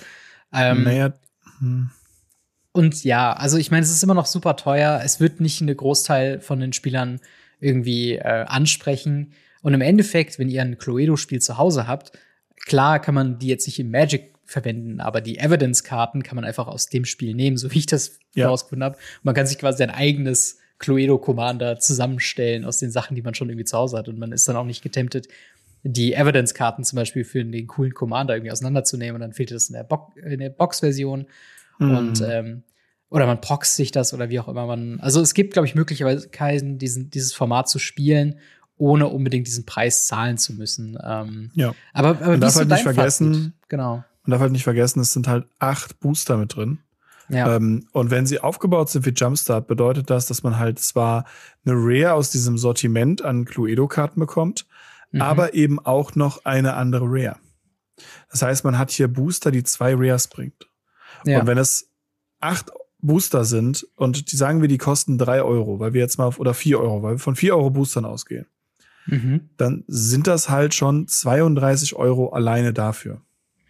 Und ja, also ich meine, es ist immer noch super teuer. Es wird nicht einen Großteil von den Spielern irgendwie ansprechen. Und im Endeffekt, wenn ihr ein Cluedo-Spiel zu Hause habt, klar kann man die jetzt nicht im Magic verwenden, aber die Evidence-Karten kann man einfach aus dem Spiel nehmen, so wie ich das herausgefunden habe. Man kann sich quasi sein eigenes Cluedo-Commander zusammenstellen aus den Sachen, die man schon irgendwie zu Hause hat. Und man ist dann auch nicht getemptet, die Evidence-Karten zum Beispiel für den coolen Commander irgendwie auseinanderzunehmen. Und dann fehlt das in der Box-Version. Und oder man proxt sich das oder wie auch immer man. Also es gibt, glaube ich, Möglichkeiten, dieses Format zu spielen, ohne unbedingt diesen Preis zahlen zu müssen. Aber man darf halt nicht vergessen, genau. Man darf halt nicht vergessen, es sind halt 8 Booster mit drin. Ja. Und wenn sie aufgebaut sind wie Jumpstart, bedeutet das, dass man halt zwar eine Rare aus diesem Sortiment an Cluedo-Karten bekommt, aber eben auch noch eine andere Rare. Das heißt, man hat hier Booster, die 2 Rares bringt. Ja. Und wenn es 8 Booster sind und die sagen wir, die kosten 3 Euro, weil wir jetzt mal oder 4 Euro, weil wir von 4 Euro Boostern ausgehen. dann sind das halt schon 32 € alleine dafür.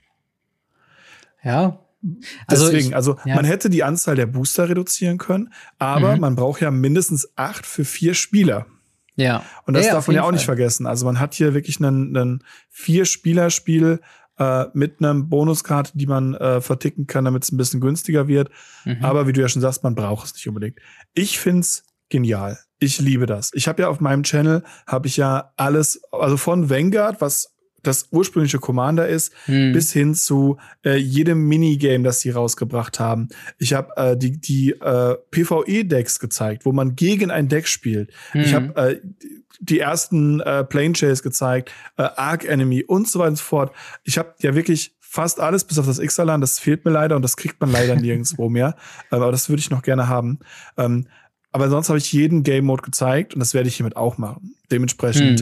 Ja. Deswegen, man hätte die Anzahl der Booster reduzieren können, aber man braucht ja mindestens 8 für 4 Spieler. Ja. Und das darf man ja auch nicht vergessen. Also man hat hier wirklich ein 4-Spieler-Spiel mit einem Bonuskarte, die man verticken kann, damit es ein bisschen günstiger wird. Aber wie du ja schon sagst, man braucht es nicht unbedingt. Ich find's genial. Ich liebe das. Ich habe ja auf meinem Channel, habe ich ja alles, also von Vanguard, was das ursprüngliche Commander ist, bis hin zu jedem Minigame, das sie rausgebracht haben. Ich habe die PvE-Decks gezeigt, wo man gegen ein Deck spielt. Ich habe die ersten Plane Chase gezeigt, Arc Enemy und so weiter und so fort. Ich habe ja wirklich fast alles, bis auf das Ixalan, das fehlt mir leider und das kriegt man leider nirgendwo mehr. Aber das würde ich noch gerne haben. Aber sonst habe ich jeden Game Mode gezeigt und das werde ich hiermit auch machen. Dementsprechend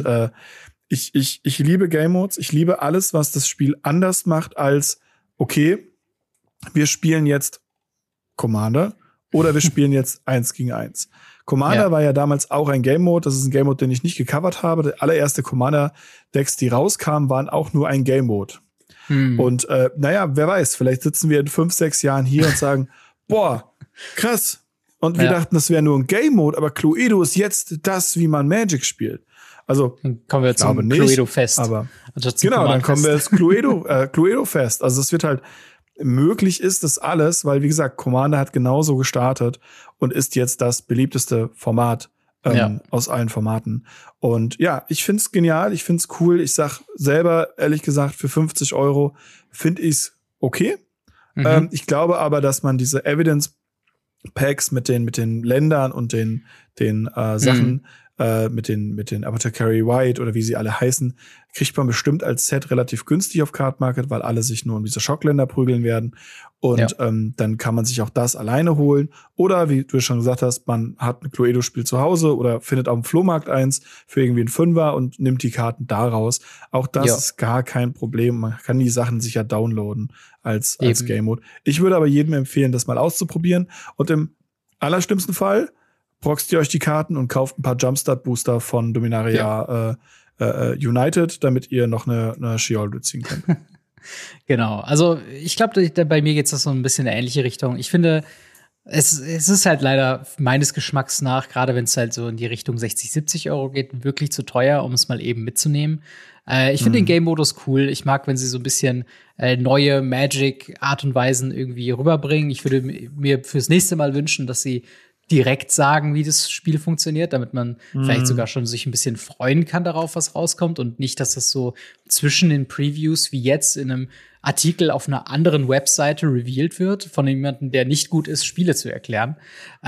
ich liebe Game Modes, ich liebe alles, was das Spiel anders macht als, okay, wir spielen jetzt Commander oder wir spielen jetzt 1 gegen 1. Commander war ja damals auch ein Game Mode, das ist ein Game Mode, den ich nicht gecovert habe. Die allererste Commander-Decks, die rauskamen, waren auch nur ein Game Mode. Und wer weiß, vielleicht sitzen wir in 5, 6 Jahren hier und sagen, boah, krass. Und wir dachten, das wäre nur ein Game Mode, aber Cluedo ist jetzt das, wie man Magic spielt. Also, dann kommen wir zum Cluedo-Fest. Aber genau, dann kommen wir ins Cluedo-Fest. Also es wird halt, möglich ist das alles, weil wie gesagt, Commander hat genauso gestartet und ist jetzt das beliebteste Format aus allen Formaten. Und ja, ich find's genial, ich find's cool. Ich sag selber, ehrlich gesagt, für 50 € finde ich's okay. Ich glaube aber, dass man diese Evidence Packs mit den Ländern und den Sachen, mit den Apothecary White oder wie sie alle heißen, kriegt man bestimmt als Set relativ günstig auf Card Market, weil alle sich nur um diese Schockländer prügeln werden. Und dann kann man sich auch das alleine holen. Oder, wie du schon gesagt hast, man hat ein Cluedo-Spiel zu Hause oder findet auf dem Flohmarkt eins für irgendwie einen Fünfer und nimmt die Karten daraus. Auch das ist gar kein Problem. Man kann die Sachen sicher downloaden als Game Mode. Ich würde aber jedem empfehlen, das mal auszuprobieren. Und im allerschlimmsten Fall proxt ihr euch die Karten und kauft ein paar Jumpstart-Booster von Dominaria United, damit ihr noch eine Sheol ziehen könnt. Genau. Also ich glaube, bei mir geht es so ein bisschen in eine ähnliche Richtung. Ich finde, es ist halt leider meines Geschmacks nach, gerade wenn es halt so in die Richtung 60, 70 € geht, wirklich zu teuer, um es mal eben mitzunehmen. Ich finde den Game-Modus cool. Ich mag, wenn sie so ein bisschen neue Magic-Art und Weisen irgendwie rüberbringen. Ich würde mir fürs nächste Mal wünschen, dass sie direkt sagen, wie das Spiel funktioniert, damit man vielleicht sogar schon sich ein bisschen freuen kann darauf, was rauskommt und nicht, dass das so zwischen den Previews wie jetzt in einem Artikel auf einer anderen Webseite revealed wird von jemandem, der nicht gut ist, Spiele zu erklären.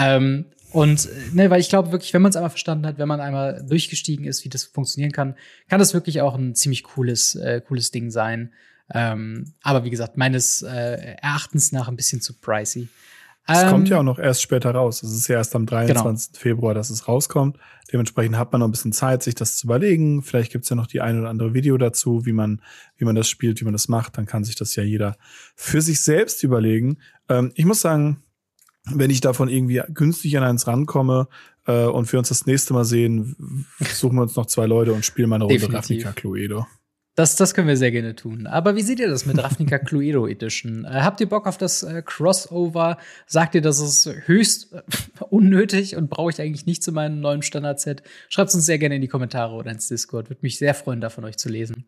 Weil ich glaube wirklich, wenn man es einmal verstanden hat, wenn man einmal durchgestiegen ist, wie das funktionieren kann, kann das wirklich auch ein ziemlich cooles Ding sein. Aber wie gesagt, meines Erachtens nach ein bisschen zu pricey. Es kommt ja auch noch erst später raus. Es ist ja erst am 23. Februar, dass es rauskommt. Dementsprechend hat man noch ein bisschen Zeit, sich das zu überlegen. Vielleicht gibt's ja noch die ein oder andere Video dazu, wie man das spielt, wie man das macht. Dann kann sich das ja jeder für sich selbst überlegen. Ich muss sagen, wenn ich davon irgendwie günstig an eins rankomme und wir uns das nächste Mal sehen, suchen wir uns noch 2 Leute und spielen mal eine Runde Ravnica Cluedo. Das können wir sehr gerne tun. Aber wie seht ihr das mit Ravnica Cluedo Edition? Habt ihr Bock auf das Crossover? Sagt ihr, das ist höchst unnötig und brauche ich eigentlich nicht zu meinem neuen Standard-Set? Schreibt es uns sehr gerne in die Kommentare oder ins Discord. Würde mich sehr freuen, davon euch zu lesen.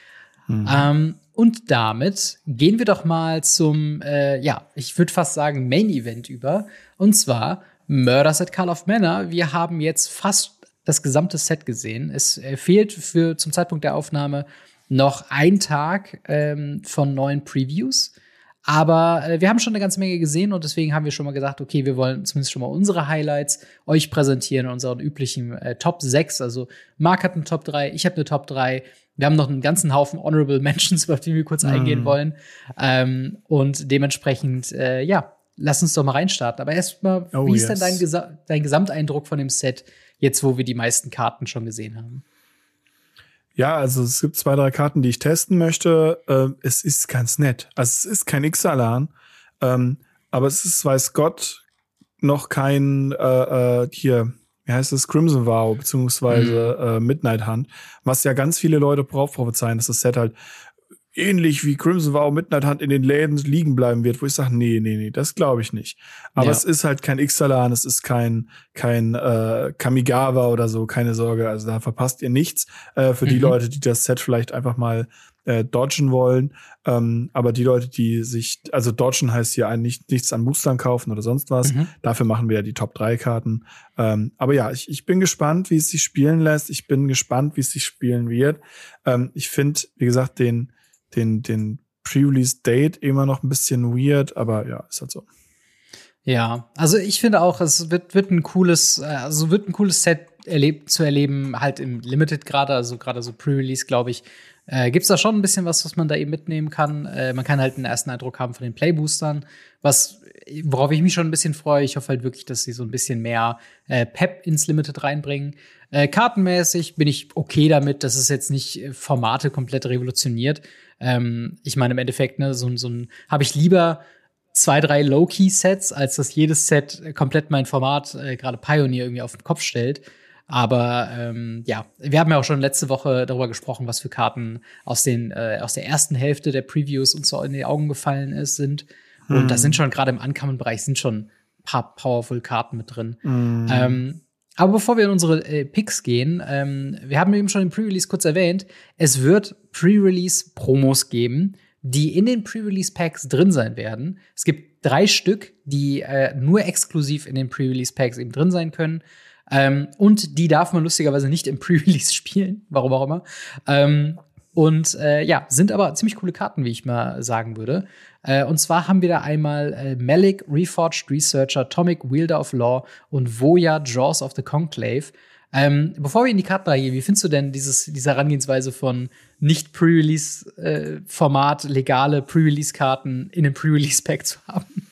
Und damit gehen wir doch mal zum, ich würde fast sagen, Main-Event über. Und zwar Murders at Call of Manor. Wir haben jetzt fast das gesamte Set gesehen. Es fehlt zum Zeitpunkt der Aufnahme noch ein Tag von neuen Previews. Aber wir haben schon eine ganze Menge gesehen und deswegen haben wir schon mal gesagt, okay, wir wollen zumindest schon mal unsere Highlights euch präsentieren, unseren üblichen Top 6. Also Marc hat eine Top 3, ich habe eine Top 3. Wir haben noch einen ganzen Haufen Honorable Mentions, auf die wir kurz eingehen wollen. Und dementsprechend, lass uns doch mal reinstarten. Aber erstmal, wie ist denn dein Gesamteindruck von dem Set, jetzt wo wir die meisten Karten schon gesehen haben? Ja, also es gibt 2, 3 Karten, die ich testen möchte. Es ist ganz nett. Also es ist kein Ixalan, aber es ist, weiß Gott, noch kein wie heißt es, Crimson Vow, beziehungsweise Midnight Hunt, was ja ganz viele Leute prophezeien, dass das Set halt ähnlich wie Crimson Vow Midnight Hunt in den Läden liegen bleiben wird, wo ich sage, nee, das glaube ich nicht. Aber es ist halt kein Ixalan, es ist kein Kamigawa oder so, keine Sorge. Also da verpasst ihr nichts für die Leute, die das Set vielleicht einfach mal dodgen wollen. Aber die Leute, die sich, also dodgen heißt hier eigentlich nichts an Boostern kaufen oder sonst was. Dafür machen wir ja die Top 3 Karten. Aber ja, ich bin gespannt, wie es sich spielen lässt. Ich bin gespannt, wie es sich spielen wird. Ich finde, wie gesagt, den Pre-Release-Date immer noch ein bisschen weird, aber ja, ist halt so. Ja, also ich finde auch, es wird ein cooles Set zu erleben, halt im Limited gerade so Pre-Release, glaube ich. Gibt's da schon ein bisschen was man da eben mitnehmen kann. Man kann halt einen ersten Eindruck haben von den Playboostern, worauf ich mich schon ein bisschen freue. Ich hoffe halt wirklich, dass sie so ein bisschen mehr Pep ins Limited reinbringen. Kartenmäßig bin ich okay damit, dass es jetzt nicht Formate komplett revolutioniert. Ich meine, im Endeffekt, ne, so ein habe ich lieber 2, 3 Low-Key-Sets, als dass jedes Set komplett mein Format, gerade Pioneer, irgendwie auf den Kopf stellt. Aber ja, wir haben ja auch schon letzte Woche darüber gesprochen, was für Karten aus der ersten Hälfte der Previews uns so in die Augen gefallen sind. Und da sind schon gerade im Uncommon-Bereich sind schon ein paar Powerful-Karten mit drin. Aber bevor wir in unsere Picks gehen, wir haben eben schon im Pre-Release kurz erwähnt, es wird Pre-Release-Promos geben, die in den Pre-Release-Packs drin sein werden. Es gibt 3 Stück, die nur exklusiv in den Pre-Release-Packs eben drin sein können. Und die darf man lustigerweise nicht im Pre-Release spielen, warum auch immer. Ja, sind aber ziemlich coole Karten, wie ich mal sagen würde. Und zwar haben wir da einmal Malik, Reforged Researcher, Tomic, Wielder of Law und Voya, Jaws of the Conclave. Bevor wir in die Karten reingehen, wie findest du denn diese Herangehensweise von nicht Pre-Release-Format, legale Pre-Release-Karten in einem Pre-Release-Pack zu haben?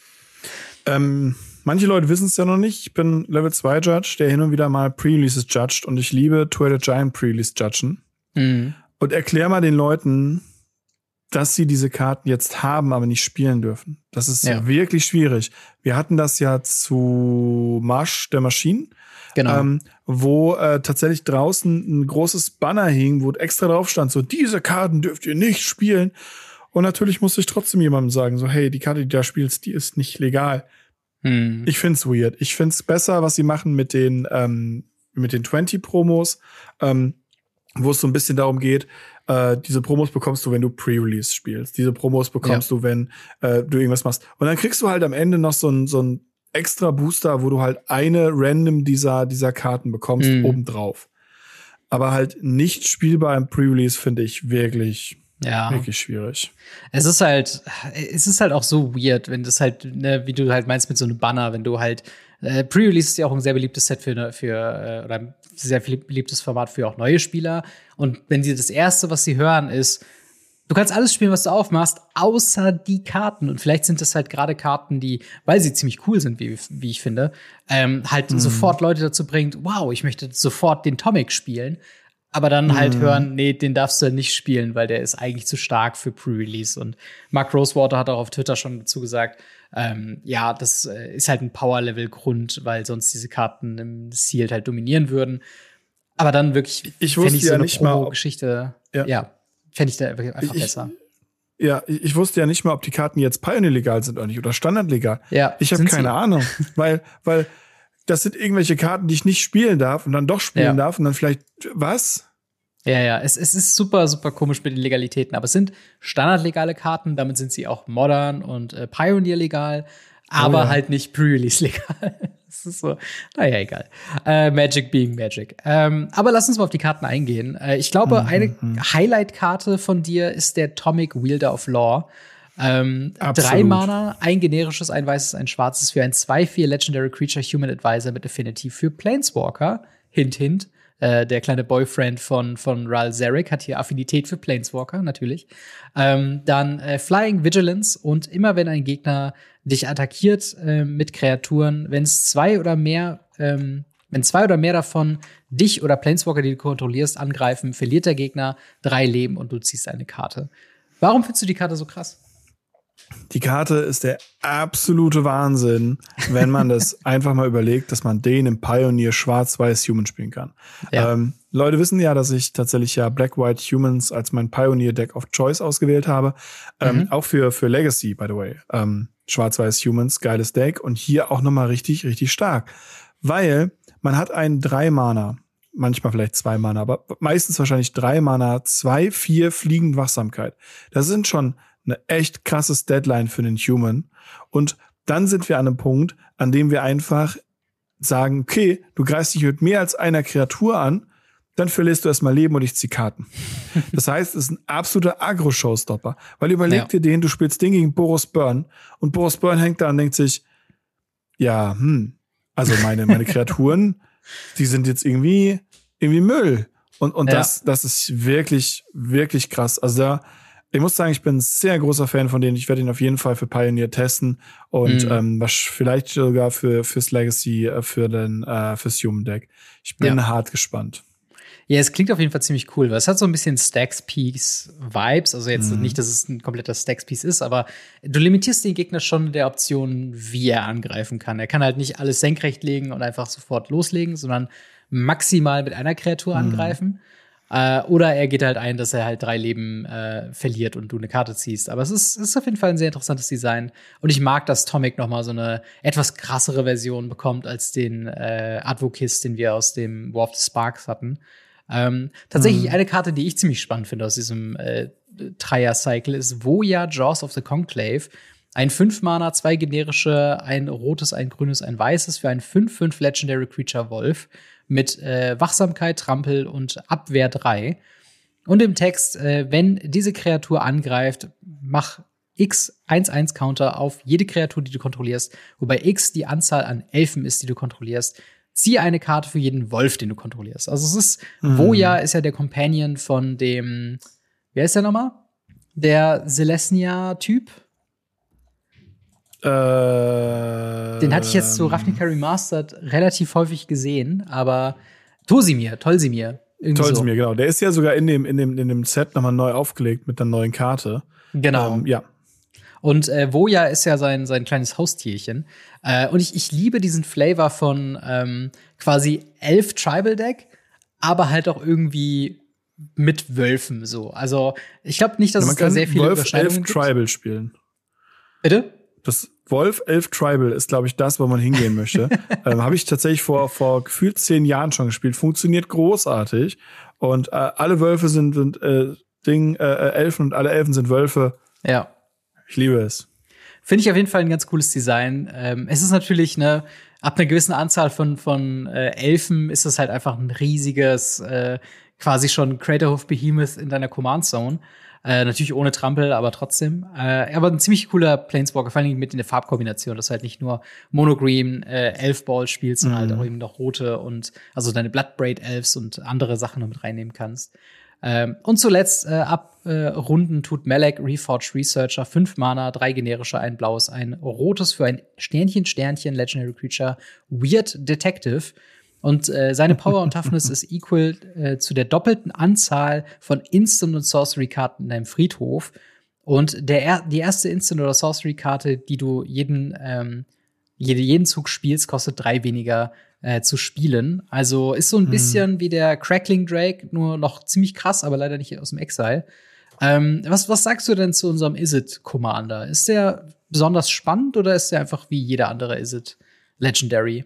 Manche Leute wissen es ja noch nicht. Ich bin Level 2 Judge, der hin und wieder mal Pre-Releases judged und ich liebe Two-Headed Giant Pre-Release judgen. Und erklär mal den Leuten, dass sie diese Karten jetzt haben, aber nicht spielen dürfen. Das ist wirklich schwierig. Wir hatten das ja zu Marsch der Maschinen, genau. Wo tatsächlich draußen ein großes Banner hing, wo extra drauf stand, so, diese Karten dürft ihr nicht spielen. Und natürlich musste ich trotzdem jemandem sagen, so, hey, die Karte, die du da spielst, die ist nicht legal. Ich find's weird. Ich find's besser, was sie machen mit den 20-Promos, wo es so ein bisschen darum geht, diese Promos bekommst du, wenn du Pre-Release spielst. Diese Promos bekommst du, wenn du irgendwas machst. Und dann kriegst du halt am Ende noch so ein extra Booster, wo du halt eine random dieser Karten bekommst, obendrauf. Aber halt nicht spielbar im Pre-Release finde ich wirklich schwierig. Es ist halt auch so weird, wenn das halt, ne, wie du halt meinst mit so einem Banner, wenn du halt Pre-Release ist ja auch ein sehr beliebtes Set oder ein sehr beliebtes Format für auch neue Spieler. Und wenn sie das Erste, was sie hören, ist, du kannst alles spielen, was du aufmachst, außer die Karten. Und vielleicht sind das halt gerade Karten, die, weil sie ziemlich cool sind, wie ich finde, halt sofort Leute dazu bringt, wow, ich möchte sofort den Tomic spielen. Aber dann halt hören, nee, den darfst du nicht spielen, weil der ist eigentlich zu stark für Pre-Release. Und Mark Rosewater hat auch auf Twitter schon dazu gesagt, ja, das ist halt ein Power-Level-Grund, weil sonst diese Karten im Sealed halt dominieren würden. Aber dann wirklich, ich wusste ja so eine nicht mal, Geschichte, fände ich da einfach besser. Ja, ich wusste ja nicht mal, ob die Karten jetzt Pioneer legal sind oder nicht oder standardlegal. Ja, ich habe keine Ahnung, weil das sind irgendwelche Karten, die ich nicht spielen darf und dann doch spielen darf und dann vielleicht was? Ja, es ist super, super komisch mit den Legalitäten, aber es sind standardlegale Karten, damit sind sie auch modern und Pioneer legal, aber halt nicht Pre-Release legal. Das ist so, naja, egal. Magic being Magic. Aber lass uns mal auf die Karten eingehen. Ich glaube, eine Highlight-Karte von dir ist der Tomic Wielder of Law. 3 Mana, ein generisches, ein weißes, ein schwarzes für ein 2/4 Legendary Creature Human Advisor mit Affinity für Planeswalker. Hint, hint. Der kleine Boyfriend von Ral Zarek hat hier Affinität für Planeswalker, natürlich. Dann Flying Vigilance und immer wenn ein Gegner dich attackiert mit Kreaturen, wenn 2 oder mehr davon dich oder Planeswalker, die du kontrollierst, angreifen, verliert der Gegner 3 Leben und du ziehst eine Karte. Warum findest du die Karte so krass? Die Karte ist der absolute Wahnsinn, wenn man das einfach mal überlegt, dass man den im Pioneer Schwarz-Weiß Human spielen kann. Ja. Leute wissen ja, dass ich tatsächlich ja Black-White Humans als mein Pioneer Deck of Choice ausgewählt habe. Auch für Legacy, by the way. Schwarz-Weiß Humans, geiles Deck. Und hier auch nochmal richtig, richtig stark. Weil man hat einen 3-Mana, manchmal vielleicht 2 Mana, aber meistens wahrscheinlich 3 Mana, 2/4 fliegend Wachsamkeit. Das sind schon eine echt krasses Deadline für den Human. Und dann sind wir an einem Punkt, an dem wir einfach sagen, okay, du greifst dich mit mehr als einer Kreatur an, dann verlierst du erstmal Leben und ich zieh Karten. Das heißt, es ist ein absoluter Agro-Showstopper. Weil überleg dir den, du spielst den gegen Boros Burn und Boros Burn hängt da und denkt sich, ja, also meine Kreaturen, die sind jetzt irgendwie Müll. Und das ist wirklich, wirklich krass. Also ich muss sagen, ich bin ein sehr großer Fan von denen. Ich werde ihn auf jeden Fall für Pioneer testen und vielleicht sogar fürs Legacy, fürs Human Deck. Ich bin hart gespannt. Ja, es klingt auf jeden Fall ziemlich cool, weil es hat so ein bisschen Stacks-Piece-Vibes. Also jetzt nicht, dass es ein kompletter Stacks-Piece ist, aber du limitierst den Gegner schon in der Option, wie er angreifen kann. Er kann halt nicht alles senkrecht legen und einfach sofort loslegen, sondern maximal mit einer Kreatur angreifen. Oder er geht halt ein, dass er halt 3 Leben verliert und du eine Karte ziehst. Aber es ist auf jeden Fall ein sehr interessantes Design. Und ich mag, dass Tomic noch mal so eine etwas krassere Version bekommt als den Advokist, den wir aus dem War of the Sparks hatten. Tatsächlich eine Karte, die ich ziemlich spannend finde aus diesem Dreier-Cycle, ist Voya, Jaws of the Conclave. Ein 5-Mana, 2 generische, ein rotes, ein grünes, ein weißes für einen 5/5 Legendary Creature Wolf mit Wachsamkeit, Trampel und Abwehr 3. Und im Text, wenn diese Kreatur angreift, mach X 1/1 Counter auf jede Kreatur, die du kontrollierst, wobei X die Anzahl an Elfen ist, die du kontrollierst. Zieh eine Karte für jeden Wolf, den du kontrollierst. Also es ist, Voya ist ja der Companion von dem, wer ist der nochmal? Der Celestia-Typ? Den hatte ich jetzt zu Ravnica Remastered relativ häufig gesehen, aber Tolsimir. Tolsimir, genau. Der ist ja sogar in dem Set nochmal neu aufgelegt mit einer neuen Karte. Genau. Ja. Und Voya ist ja sein kleines Haustierchen. Und ich liebe diesen Flavor von quasi Elf-Tribal-Deck, aber halt auch irgendwie mit Wölfen so. Also ich glaube nicht, dass es da sehr viele Überschneidungen gibt. Elf Tribal spielen. Bitte? Das Wolf Elf Tribal ist, glaube ich, das, wo man hingehen möchte. Habe ich tatsächlich vor gefühlt 10 Jahren schon gespielt. Funktioniert großartig. Und alle Wölfe sind Elfen und alle Elfen sind Wölfe. Ja. Ich liebe es. Finde ich auf jeden Fall ein ganz cooles Design. Es ist natürlich ab einer gewissen Anzahl von Elfen ist das halt einfach ein riesiges, quasi schon Craterhoof Behemoth in deiner Command Zone. Natürlich ohne Trampel, aber trotzdem. Aber ein ziemlich cooler Planeswalker, vor allem mit in der Farbkombination, dass du halt nicht nur Monogreen Elf-Ball spielst, sondern halt auch eben noch rote und also deine Bloodbraid Elves und andere Sachen noch mit reinnehmen kannst. Und zuletzt abrunden tut Malek, Reforged Researcher, 5 Mana, 3 generische, ein blaues, ein rotes für ein Sternchen, Legendary Creature, Weird Detective. Und seine Power und Toughness ist equal zu der doppelten Anzahl von Instant- und Sorcery-Karten in deinem Friedhof. Und die erste Instant- oder Sorcery-Karte, die du jeden Zug spielst, kostet 3 weniger zu spielen. Also ist so ein bisschen wie der Crackling Drake, nur noch ziemlich krass, aber leider nicht aus dem Exile. Was sagst du denn zu unserem Izzet Commander? Ist der besonders spannend oder ist der einfach wie jeder andere Izzet Legendary?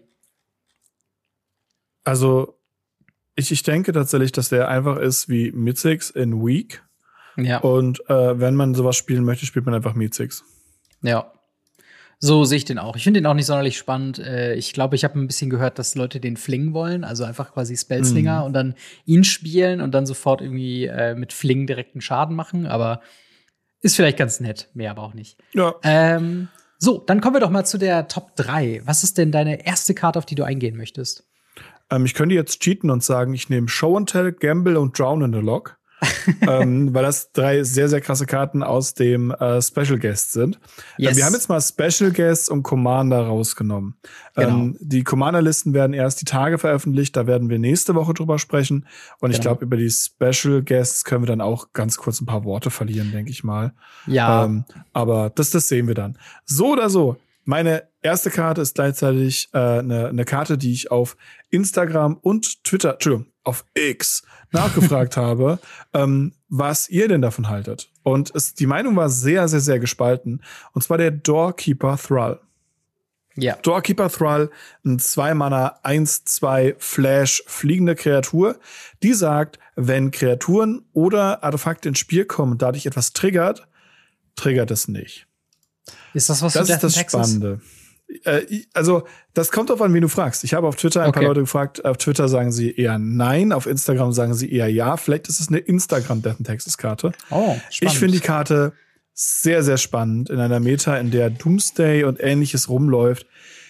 Also, ich denke tatsächlich, dass der einfach ist wie Mythics in Weak. Ja. Und wenn man sowas spielen möchte, spielt man einfach Mythics. Ja. So sehe ich den auch. Ich finde den auch nicht sonderlich spannend. Ich glaube, ich habe ein bisschen gehört, dass Leute den flingen wollen, also einfach quasi Spellslinger und dann ihn spielen und dann sofort irgendwie mit Fling direkten Schaden machen. Aber ist vielleicht ganz nett, mehr aber auch nicht. Ja. So, dann kommen wir doch mal zu der Top 3. Was ist denn deine erste Karte, auf die du eingehen möchtest? Ich könnte jetzt cheaten und sagen, ich nehme Show and Tell, Gamble und Drown in the Log. weil das 3 sehr, sehr krasse Karten aus dem Special Guest sind. Yes. Wir haben jetzt mal Special Guests und Commander rausgenommen. Genau. Die Commander-Listen werden erst die Tage veröffentlicht, da werden wir nächste Woche drüber sprechen. Und ich glaube, über die Special Guests können wir dann auch ganz kurz ein paar Worte verlieren, denke ich mal. Ja. Aber das sehen wir dann. So oder so. Meine erste Karte ist gleichzeitig eine Karte, die ich auf Instagram und Twitter, auf X nachgefragt habe, was ihr denn davon haltet. Und die Meinung war sehr, sehr, sehr gespalten. Und zwar der Doorkeeper Thrall. Ja. Doorkeeper Thrall, ein 2-Mana 1/2 Flash fliegende Kreatur, die sagt, wenn Kreaturen oder Artefakte ins Spiel kommen und dadurch etwas triggert es nicht. Ist das was das für ist das Spannende. Also, das kommt drauf an, wen du fragst. Ich habe auf Twitter ein paar Leute gefragt. Auf Twitter sagen sie eher nein, auf Instagram sagen sie eher ja. Vielleicht ist es eine Instagram Death and Taxes Karte. Oh, spannend. Ich finde die Karte sehr, sehr spannend. In einer Meta, in der Doomsday und Ähnliches rumläuft,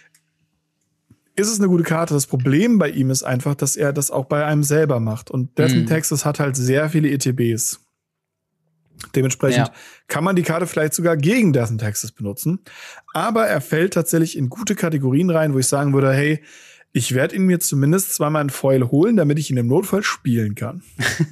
ist es eine gute Karte. Das Problem bei ihm ist einfach, dass er das auch bei einem selber macht. Und Death and Taxes hat halt sehr viele ETBs. Dementsprechend kann man die Karte vielleicht sogar gegen Death and Taxes benutzen. Aber er fällt tatsächlich in gute Kategorien rein, wo ich sagen würde, hey, ich werde ihn mir zumindest 2-mal in Foil holen, damit ich ihn im Notfall spielen kann.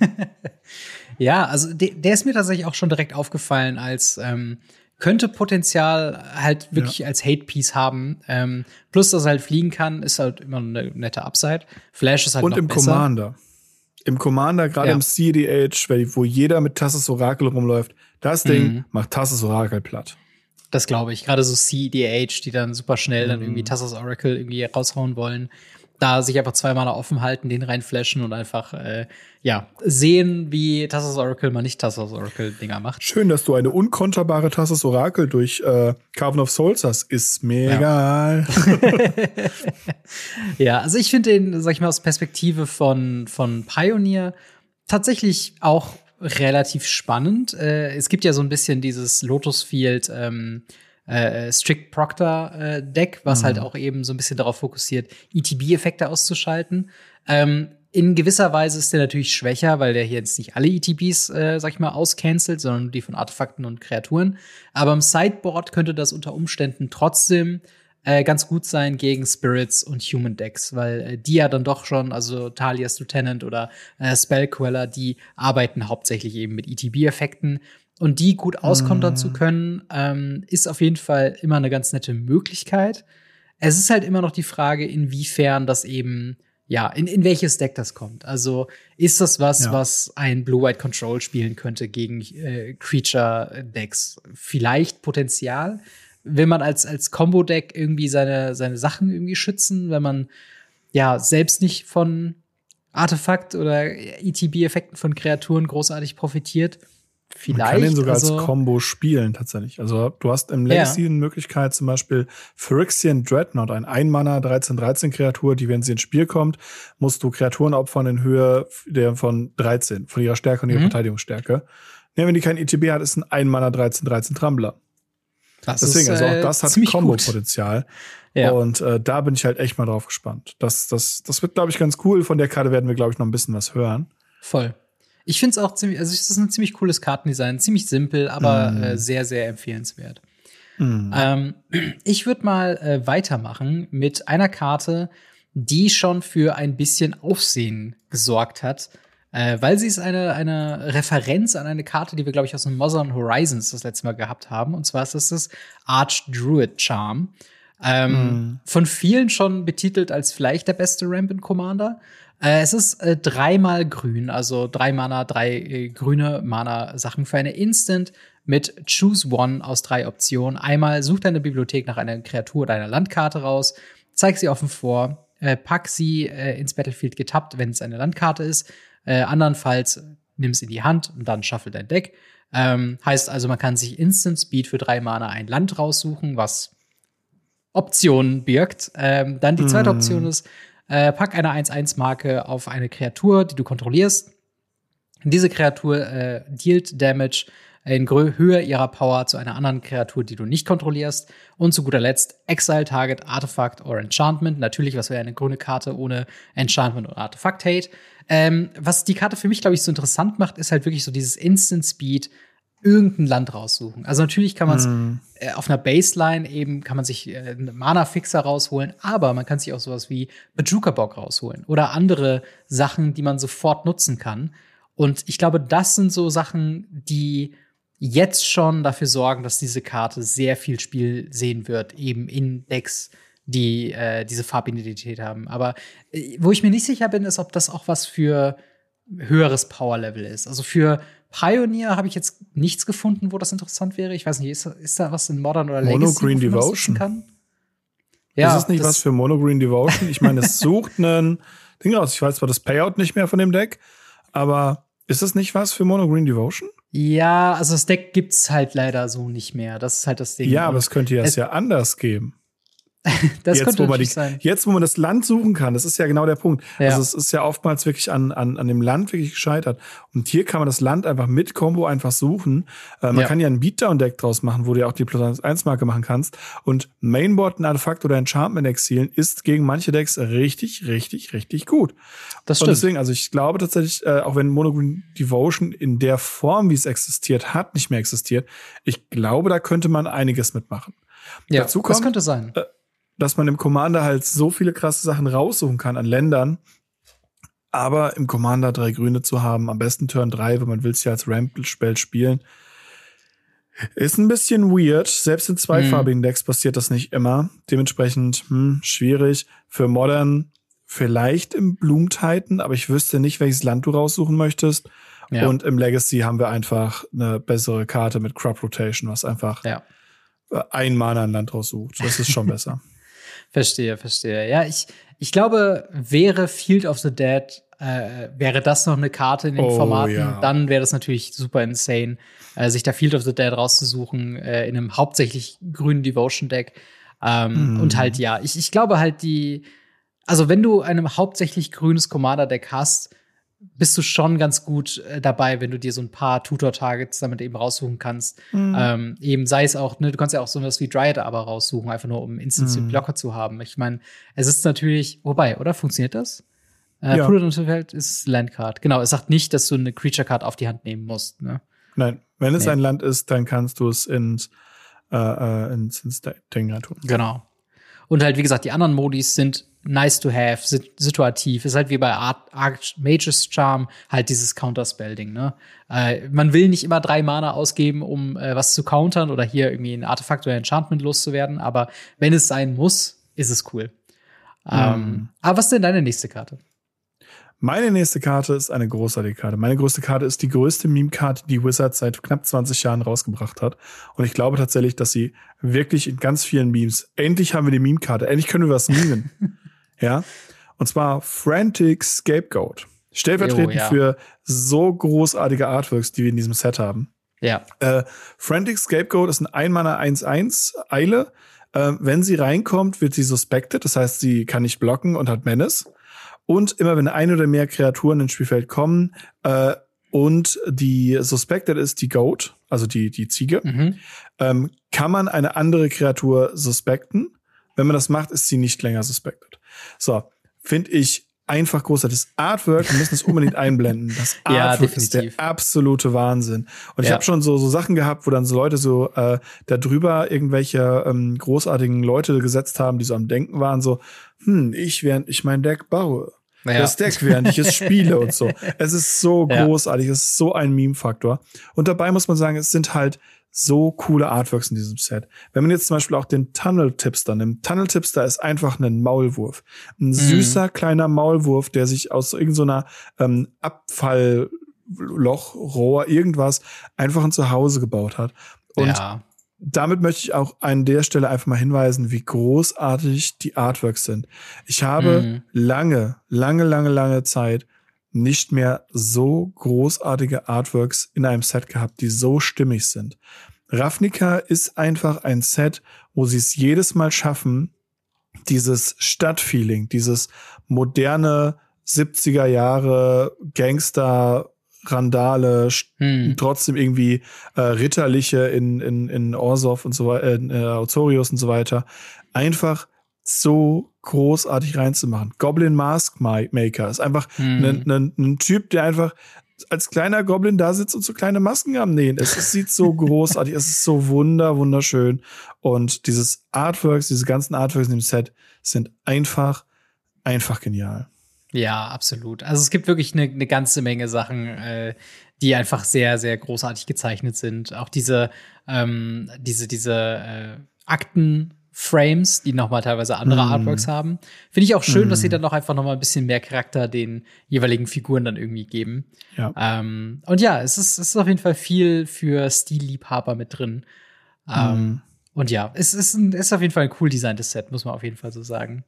Ja, also der ist mir tatsächlich auch schon direkt aufgefallen als könnte Potenzial halt wirklich als Hate-Piece haben. Plus, dass er halt fliegen kann, ist halt immer eine nette Upside. Flash ist halt und noch im besser. Commander. Im Commander, gerade im CDH, wo jeder mit Tassos Orakel rumläuft, das Ding macht Tassos Orakel platt. Das glaube ich. Gerade so CDH, die dann super schnell dann irgendwie Tassos Oracle irgendwie raushauen wollen. Da sich einfach 2 Mana offen halten, den reinflashen und einfach sehen, wie Tassos Oracle mal nicht Tassos Oracle-Dinger macht. Schön, dass du eine unkonterbare Tassos Orakel durch Carven of Souls hast. Ist mir egal. Ja, also ich finde den, sag ich mal, aus Perspektive von Pioneer tatsächlich auch relativ spannend. Es gibt ja so ein bisschen dieses Lotus Field Strict Proctor Deck, was halt auch eben so ein bisschen darauf fokussiert, ETB-Effekte auszuschalten. In gewisser Weise ist der natürlich schwächer, weil der hier jetzt nicht alle ETBs, sag ich mal, auscancelt, sondern die von Artefakten und Kreaturen. Aber im Sideboard könnte das unter Umständen trotzdem ganz gut sein gegen Spirits und Human Decks, weil die ja dann doch schon, also Talia's Lieutenant oder Spellqueller, die arbeiten hauptsächlich eben mit ETB-Effekten. Und die gut auskontern zu können, ist auf jeden Fall immer eine ganz nette Möglichkeit. Es ist halt immer noch die Frage, inwiefern das eben, in welches Deck das kommt. Also ist das was ein Blue-White Control spielen könnte gegen Creature-Decks? Vielleicht Potenzial. Will man als Combo-Deck irgendwie seine Sachen irgendwie schützen, wenn man selbst nicht von Artefakt oder ETB-Effekten von Kreaturen großartig profitiert? Vielleicht. Man kann den sogar als Combo spielen, tatsächlich. Also, du hast im Legacy eine Möglichkeit, zum Beispiel Phyrexian Dreadnought, ein 1-Mana 13/13-Kreatur, die, wenn sie ins Spiel kommt, musst du Kreaturen opfern in Höhe von 13, von ihrer Stärke und ihrer Verteidigungsstärke. Ja, wenn die kein ETB hat, ist ein 1-Mana 13/13 Trampler. Deswegen, also auch das hat Combo-Potenzial. Ja. Und da bin ich halt echt mal drauf gespannt. Das wird, glaube ich, ganz cool. Von der Karte werden wir, glaube ich, noch ein bisschen was hören. Voll. Ich finde es auch ziemlich, also es ist ein ziemlich cooles Kartendesign, ziemlich simpel, aber sehr, sehr empfehlenswert. Ich würde mal weitermachen mit einer Karte, die schon für ein bisschen Aufsehen gesorgt hat, weil sie ist eine Referenz an eine Karte, die wir, glaube ich, aus den Modern Horizons das letzte Mal gehabt haben. Und zwar ist das Archdruid Charm. Von vielen schon betitelt als vielleicht der beste Rampant Commander. Es ist 3-mal grün, also 3 Mana, 3 grüne Mana-Sachen für eine Instant mit Choose One aus 3 Optionen. Einmal such deine Bibliothek nach einer Kreatur oder einer Landkarte raus, zeig sie offen vor, pack sie ins Battlefield getappt, wenn es eine Landkarte ist. Andernfalls nimm es in die Hand und dann shuffle dein Deck. Heißt also, man kann sich Instant Speed für 3 Mana ein Land raussuchen, was Optionen birgt. Dann die zweite Option ist, pack eine 1/1-Marke auf eine Kreatur, die du kontrollierst. Diese Kreatur dealt Damage in Höhe ihrer Power zu einer anderen Kreatur, die du nicht kontrollierst. Und zu guter Letzt Exile Target, Artifact or Enchantment. Natürlich, was wäre eine grüne Karte ohne Enchantment und Artifact-Hate. Was die Karte für mich, glaube ich, so interessant macht, ist halt wirklich so dieses Instant Speed, irgendein Land raussuchen. Also natürlich kann man es auf einer Baseline eben, kann man sich einen Mana-Fixer rausholen, aber man kann sich auch sowas wie Bojuka-Bock rausholen oder andere Sachen, die man sofort nutzen kann. Und ich glaube, das sind so Sachen, die jetzt schon dafür sorgen, dass diese Karte sehr viel Spiel sehen wird, eben in Decks, die diese Farbidentität haben. Aber wo ich mir nicht sicher bin, ist, ob das auch was für höheres Power-Level ist. Also für Pioneer habe ich jetzt nichts gefunden, wo das interessant wäre. Ich weiß nicht, ist da was in Modern oder Legacy, Mono Green Devotion kann? Ja, ist es nicht was für Mono Green Devotion? Ich meine, es sucht einen Ding raus. Ich weiß zwar das Payout nicht mehr von dem Deck, aber ist das nicht was für Mono Green Devotion? Ja, also das Deck gibt's halt leider so nicht mehr. Das ist halt das Ding. Ja, aber es könnte ja anders geben. Das jetzt, könnte natürlich sein. Jetzt, wo man das Land suchen kann, das ist ja genau der Punkt. Ja. Also es ist ja oftmals wirklich an dem Land wirklich gescheitert. Und hier kann man das Land einfach mit Combo einfach suchen. Man kann ja ein Beatdown-Deck draus machen, wo du ja auch die +1-Marke machen kannst. Und Mainboard ein Artefakt oder Enchantment exilieren ist gegen manche Decks richtig, richtig, richtig gut. Das stimmt. Und deswegen, also ich glaube tatsächlich, auch wenn Mono Green Devotion in der Form, wie es existiert hat, nicht mehr existiert, ich glaube, da könnte man einiges mitmachen. Ja, dazu kommt, das könnte sein. Dass man im Commander halt so viele krasse Sachen raussuchen kann an Ländern, aber im Commander 3 Grüne zu haben, am besten Turn 3, wenn man will es ja als Ramp-Spell spielen, ist ein bisschen weird. Selbst in zweifarbigen Decks passiert das nicht immer. Dementsprechend schwierig. Für Modern vielleicht im Bloom Titan, aber ich wüsste nicht, welches Land du raussuchen möchtest. Ja. Und im Legacy haben wir einfach eine bessere Karte mit Crop Rotation, was einfach ein Mana ein Land raussucht. Das ist schon besser. Verstehe. Ja, ich glaube, wäre Field of the Dead, wäre das noch eine Karte in den Formaten, dann wäre das natürlich super insane, sich da Field of the Dead rauszusuchen in einem hauptsächlich grünen Devotion-Deck. Und halt, ich glaube halt also wenn du ein hauptsächlich grünes Commander-Deck hast, bist du schon ganz gut dabei, wenn du dir so ein paar Tutor-Targets damit eben raussuchen kannst. Eben sei es auch, du kannst ja auch so was wie Dryad aber raussuchen, einfach nur um Instant Blocker zu haben. Ich meine, es ist natürlich, wobei, oder? Funktioniert das? Prudent und Feld ist Landcard. Genau, es sagt nicht, dass du eine Creature-Card auf die Hand nehmen musst. Ne? Nein, wenn es ein Land ist, dann kannst du es ins Ding tun. Genau. Und halt, wie gesagt, die anderen Modis sind nice to have, situativ. Ist halt wie bei Mage's Charm halt dieses Counterspell-Ding, ne? Man will nicht immer 3 Mana ausgeben, um was zu countern oder hier irgendwie ein Artefakt oder Enchantment loszuwerden, aber wenn es sein muss, ist es cool. Aber was ist denn deine nächste Karte? Meine nächste Karte ist eine großartige Karte. Meine größte Karte ist die größte Meme-Karte, die Wizards seit knapp 20 Jahren rausgebracht hat. Und ich glaube tatsächlich, dass sie wirklich in ganz vielen Memes, endlich haben wir die Meme-Karte, endlich können wir was memen. Ja. Und zwar Frantic Scapegoat. Stellvertretend für so großartige Artworks, die wir in diesem Set haben. Ja. Frantic Scapegoat ist ein 1-Mana 1/1 Eile. Wenn sie reinkommt, wird sie suspected. Das heißt, sie kann nicht blocken und hat Menace. Und immer wenn eine oder mehr Kreaturen ins Spielfeld kommen und die suspected ist die Goat, also die Ziege, kann man eine andere Kreatur suspecten. Wenn man das macht, ist sie nicht länger suspected. So, finde ich einfach großartig. Das Artwork, wir müssen es unbedingt einblenden. Das Artwork ist der absolute Wahnsinn. Und ich habe schon so Sachen gehabt, wo dann so Leute so da drüber irgendwelche großartigen Leute gesetzt haben, die so am Denken waren, so, während ich mein Deck baue. Das Deck, während ich es spiele und so. Es ist so großartig, es ist so ein Meme-Faktor. Und dabei muss man sagen, es sind halt so coole Artworks in diesem Set. Wenn man jetzt zum Beispiel auch den Tunnel Tipster nimmt. Tunnel Tipster ist einfach ein Maulwurf. Ein süßer kleiner Maulwurf, der sich aus irgendeiner Abfallloch, Rohr, irgendwas einfach ein Zuhause gebaut hat. Und damit möchte ich auch an der Stelle einfach mal hinweisen, wie großartig die Artworks sind. Ich habe lange Zeit nicht mehr so großartige Artworks in einem Set gehabt, die so stimmig sind. Ravnica ist einfach ein Set, wo sie es jedes Mal schaffen, dieses Stadtfeeling, dieses moderne 70er Jahre Gangster Randale, trotzdem irgendwie Ritterliche in Orzhov und so weiter, Azorius und so weiter, einfach so großartig reinzumachen. Goblin Mask Maker ist einfach ein Typ, der einfach als kleiner Goblin da sitzt und so kleine Masken am Nähen ist. Es sieht so großartig, es ist so wunderschön. Und diese ganzen Artworks in dem Set sind einfach genial. Ja, absolut. Also es gibt wirklich eine ganze Menge Sachen, die einfach sehr, sehr großartig gezeichnet sind. Auch diese Akten-Frames, die noch mal teilweise andere Artworks haben. Finde ich auch schön, dass sie dann noch einfach noch mal ein bisschen mehr Charakter den jeweiligen Figuren dann irgendwie geben. Ja. Und ja, es ist auf jeden Fall viel für Stilliebhaber mit drin. Und ja, es ist auf jeden Fall ein cool designtes Set, muss man auf jeden Fall so sagen.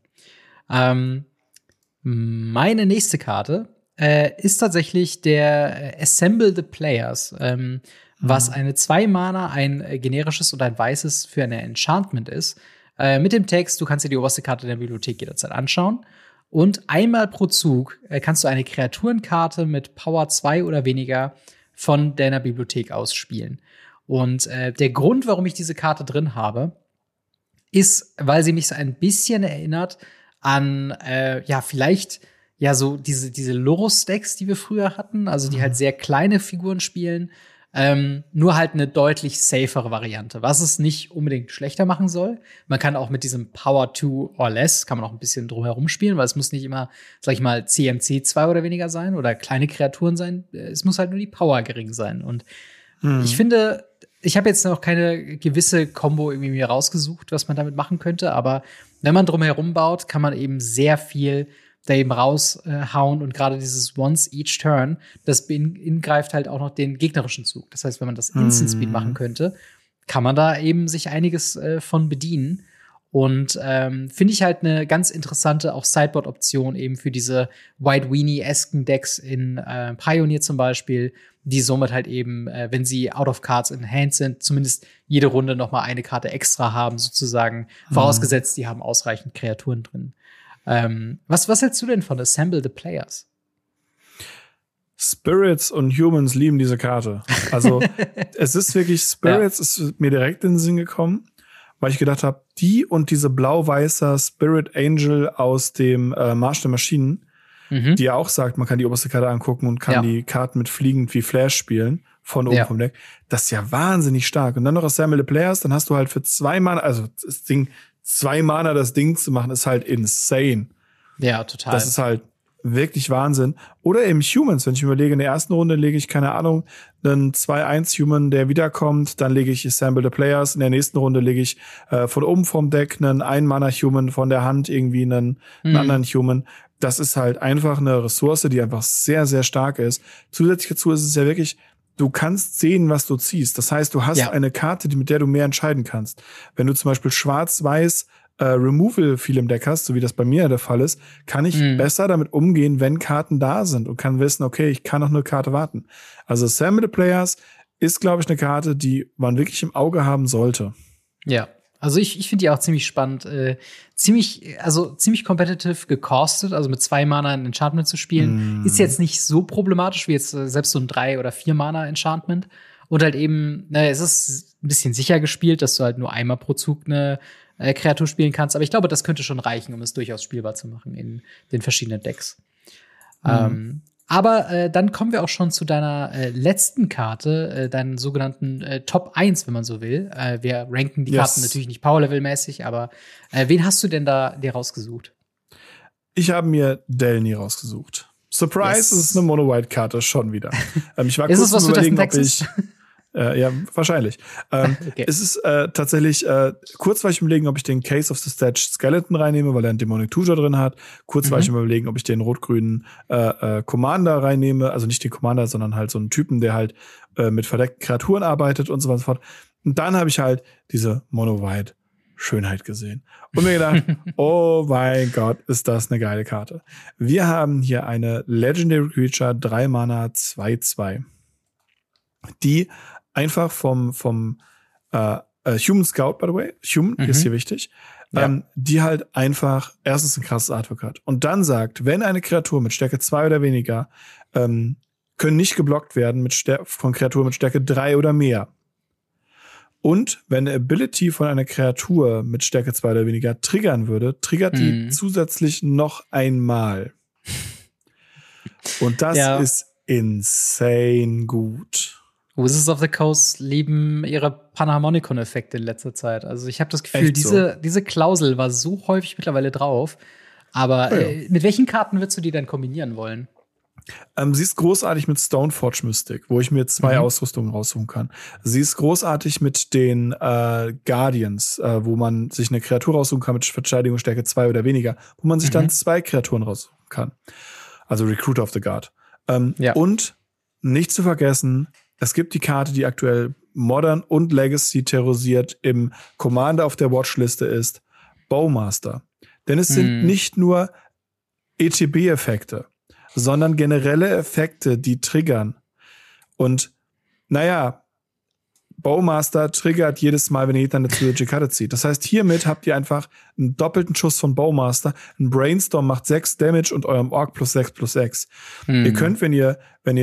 Meine nächste Karte ist tatsächlich der Assemble the Players, was eine 2-Mana, ein generisches und ein weißes für eine Enchantment ist. Mit dem Text, du kannst dir die oberste Karte der Bibliothek jederzeit anschauen. Und einmal pro Zug kannst du eine Kreaturenkarte mit Power 2 oder weniger von deiner Bibliothek ausspielen. Und der Grund, warum ich diese Karte drin habe, ist, weil sie mich so ein bisschen erinnert an vielleicht so diese Lorus-Decks, die wir früher hatten, also die halt sehr kleine Figuren spielen, nur halt eine deutlich safere Variante, was es nicht unbedingt schlechter machen soll. Man kann auch mit diesem Power 2 or less kann man auch ein bisschen drumherum spielen, weil es muss nicht immer, sag ich mal, CMC 2 oder weniger sein oder kleine Kreaturen sein. Es muss halt nur die Power gering sein. Und ich finde, ich habe jetzt noch keine gewisse Combo irgendwie mir rausgesucht, was man damit machen könnte, aber wenn man drumherum baut, kann man eben sehr viel da eben raushauen und gerade dieses Once Each Turn, das greift halt auch noch den gegnerischen Zug. Das heißt, wenn man das Instant Speed machen könnte, kann man da eben sich einiges von bedienen. Und finde ich halt eine ganz interessante auch Sideboard-Option eben für diese White Weenie-esken Decks in Pioneer zum Beispiel, die somit halt eben, wenn sie out of cards in hand sind, zumindest jede Runde noch mal eine Karte extra haben, sozusagen, vorausgesetzt, die haben ausreichend Kreaturen drin. Was hältst du denn von Assemble the Players? Spirits und Humans lieben diese Karte. Also es ist wirklich, Spirits ist mir direkt in den Sinn gekommen, weil ich gedacht habe, die und diese blau-weißer Spirit Angel aus dem Marsch der Maschinen, die ja auch sagt, man kann die oberste Karte angucken und kann die Karten mit fliegend wie Flash spielen, von oben vom Deck. Das ist ja wahnsinnig stark. Und dann noch Assemble the Players, dann hast du halt für 2 Mana, also das Ding, 2 Mana das Ding zu machen, ist halt insane. Ja, total. Das ist halt wirklich Wahnsinn. Oder eben Humans, wenn ich überlege, in der ersten Runde lege ich, keine Ahnung, einen 2-1-Human, der wiederkommt, dann lege ich Assemble the Players, in der nächsten Runde lege ich von oben vom Deck einen 1-Mana-Human, von der Hand irgendwie einen anderen Human. Das ist halt einfach eine Ressource, die einfach sehr, sehr stark ist. Zusätzlich dazu ist es ja wirklich, du kannst sehen, was du ziehst. Das heißt, du hast eine Karte, mit der du mehr entscheiden kannst. Wenn du zum Beispiel schwarz-weiß Removal viel im Deck hast, so wie das bei mir der Fall ist, kann ich besser damit umgehen, wenn Karten da sind und kann wissen, okay, ich kann noch eine Karte warten. Also Assemble the Players ist, glaube ich, eine Karte, die man wirklich im Auge haben sollte. Ja. Also ich finde die auch ziemlich spannend, ziemlich competitive gecostet, also mit 2 Mana ein Enchantment zu spielen, ist jetzt nicht so problematisch wie jetzt selbst so ein 3 oder 4 Mana Enchantment. Und halt eben, es ist ein bisschen sicher gespielt, dass du halt nur einmal pro Zug eine Kreatur spielen kannst. Aber ich glaube, das könnte schon reichen, um es durchaus spielbar zu machen in den verschiedenen Decks. Aber dann kommen wir auch schon zu deiner letzten Karte, deinen sogenannten Top 1, wenn man so will. Wir ranken die Karten natürlich nicht Power-Level-mäßig, aber wen hast du denn da dir rausgesucht? Ich habe mir Delny rausgesucht. Surprise, es ist eine Mono-White-Karte schon wieder. Ich war kurz am Überlegen, ob ich ja, wahrscheinlich. Okay. Es ist tatsächlich, kurz war ich überlegen, ob ich den Case of the Stretched Skeleton reinnehme, weil er einen Demonic Tutor drin hat. Kurz war ich überlegen, ob ich den rot-grünen Commander reinnehme. Also nicht den Commander, sondern halt so einen Typen, der halt mit verdeckten Kreaturen arbeitet und so weiter und so fort. Und dann habe ich halt diese Mono-White Schönheit gesehen. Und mir gedacht, oh mein Gott, ist das eine geile Karte. Wir haben hier eine Legendary Creature, 3 Mana, 2/2. Die einfach vom Human Scout, by the way, Human ist hier wichtig, die halt einfach erstens ein krasses Artwork hat und dann sagt, wenn eine Kreatur mit Stärke 2 oder weniger können nicht geblockt werden von Kreaturen mit Stärke 3 oder mehr. Und wenn eine Ability von einer Kreatur mit Stärke 2 oder weniger triggern würde, triggert die zusätzlich noch einmal. Und das ist insane gut. Wizards of the Coast lieben ihre Panharmonicon-Effekte in letzter Zeit. Also ich habe das Gefühl, diese Klausel war so häufig mittlerweile drauf. Aber mit welchen Karten würdest du die denn kombinieren wollen? Sie ist großartig mit Stoneforge Mystic, wo ich mir 2 Ausrüstungen raussuchen kann. Sie ist großartig mit den Guardians, wo man sich eine Kreatur raussuchen kann mit Verteidigung Stärke 2 oder weniger, wo man sich dann 2 Kreaturen raussuchen kann. Also Recruiter of the Guard. Und nicht zu vergessen, es gibt die Karte, die aktuell Modern und Legacy terrorisiert, im Commander auf der Watchliste ist, Bowmaster. Denn es sind nicht nur ETB-Effekte, sondern generelle Effekte, die triggern. Und naja, Bowmaster triggert jedes Mal, wenn ihr dann eine zusätzliche Karte zieht. Das heißt, hiermit habt ihr einfach einen doppelten Schuss von Bowmaster. Ein Brainstorm macht 6 Damage und eurem Orc +6/+6. Ihr könnt, wenn ihr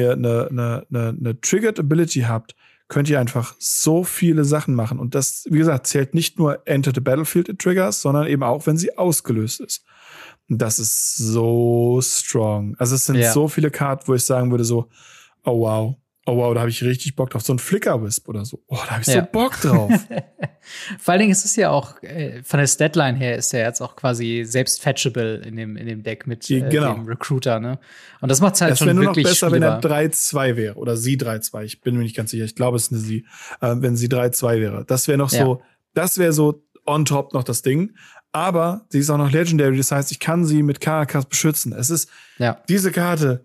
eine Triggered Ability habt, könnt ihr einfach so viele Sachen machen. Und das, wie gesagt, zählt nicht nur Enter the Battlefield Triggers, sondern eben auch, wenn sie ausgelöst ist. Und das ist so strong. Also es sind so viele Karten, wo ich sagen würde so, oh wow, da habe ich richtig Bock drauf. So ein Flicker-Wisp oder so. Oh, da habe ich so Bock drauf. Vor allen Dingen ist es ja auch, von der Statline her ist er jetzt auch quasi selbst fetchable in dem Deck mit dem Recruiter, ne? Und das macht's halt schon wirklich wirklich besser, spielbar. wenn er 3-2 wäre. Oder sie 3-2. Ich bin mir nicht ganz sicher. Ich glaube, es ist eine sie. Wenn sie 3-2 wäre. Das wäre noch so, das wäre so on top noch das Ding. Aber sie ist auch noch Legendary. Das heißt, ich kann sie mit Karakas beschützen. Es ist, diese Karte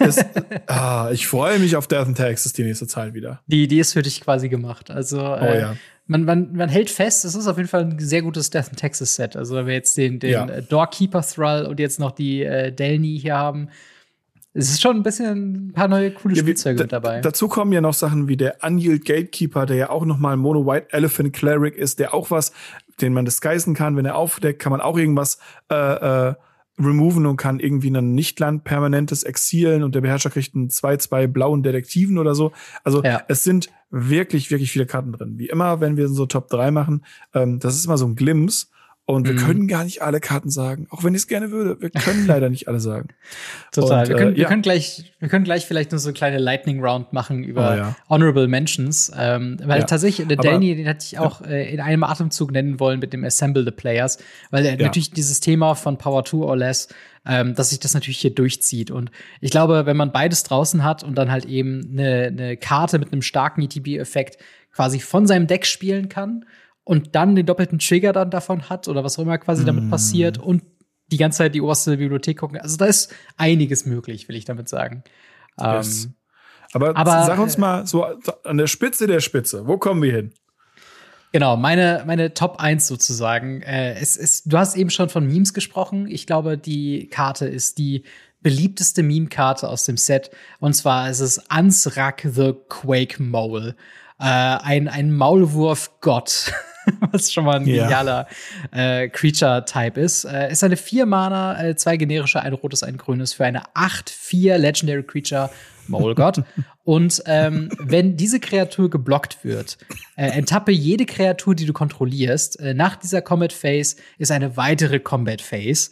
ich freue mich auf Death and Taxes die nächste Zeit wieder. Die ist für dich quasi gemacht. Also man hält fest, es ist auf jeden Fall ein sehr gutes Death and Taxes Set. Also wenn wir jetzt den Doorkeeper Thrall und jetzt noch die Delny hier haben, es ist schon ein paar neue coole Spielzeuge mit dabei. Dazu kommen ja noch Sachen wie der Unyield Gatekeeper, der ja auch noch mal ein Mono White Elephant Cleric ist, der auch was, den man disguisen kann. Wenn er aufdeckt, kann man auch irgendwas removen und kann irgendwie ein Nichtland permanentes exilen und der Beherrscher kriegt einen 2/2 blauen Detektiven oder so. Also es sind wirklich, wirklich viele Karten drin. Wie immer, wenn wir so Top 3 machen, das ist immer so ein Glimpse. Und wir können gar nicht alle Karten sagen, auch wenn ich es gerne würde. Wir können leider nicht alle sagen. Total. Und, wir können gleich vielleicht nur so eine kleine Lightning Round machen über Honorable Mentions. Weil tatsächlich, der Danny, den hatte ich auch in einem Atemzug nennen wollen mit dem Assemble the Players. Weil natürlich dieses Thema von Power 2 or Less, dass sich das natürlich hier durchzieht. Und ich glaube, wenn man beides draußen hat und dann halt eben eine Karte mit einem starken ETB-Effekt quasi von seinem Deck spielen kann, und dann den doppelten Trigger dann davon hat oder was auch immer quasi damit passiert und die ganze Zeit die oberste Bibliothek gucken. Also da ist einiges möglich, will ich damit sagen. Yes. Aber sag uns mal so an der Spitze der Spitze, wo kommen wir hin? Genau, meine Top 1 sozusagen. Du hast eben schon von Memes gesprochen. Ich glaube, die Karte ist die beliebteste Meme-Karte aus dem Set. Und zwar ist es Ansrak the Quake Mole. Ein Maulwurf-Gott. Was schon mal ein genialer Creature-Type ist. Ist eine 4-Mana, 2 generische, ein rotes, ein grünes für eine 8/4 Legendary Creature, Mole God. Und wenn diese Kreatur geblockt wird, enttappe jede Kreatur, die du kontrollierst. Nach dieser Combat Phase ist eine weitere Combat Phase,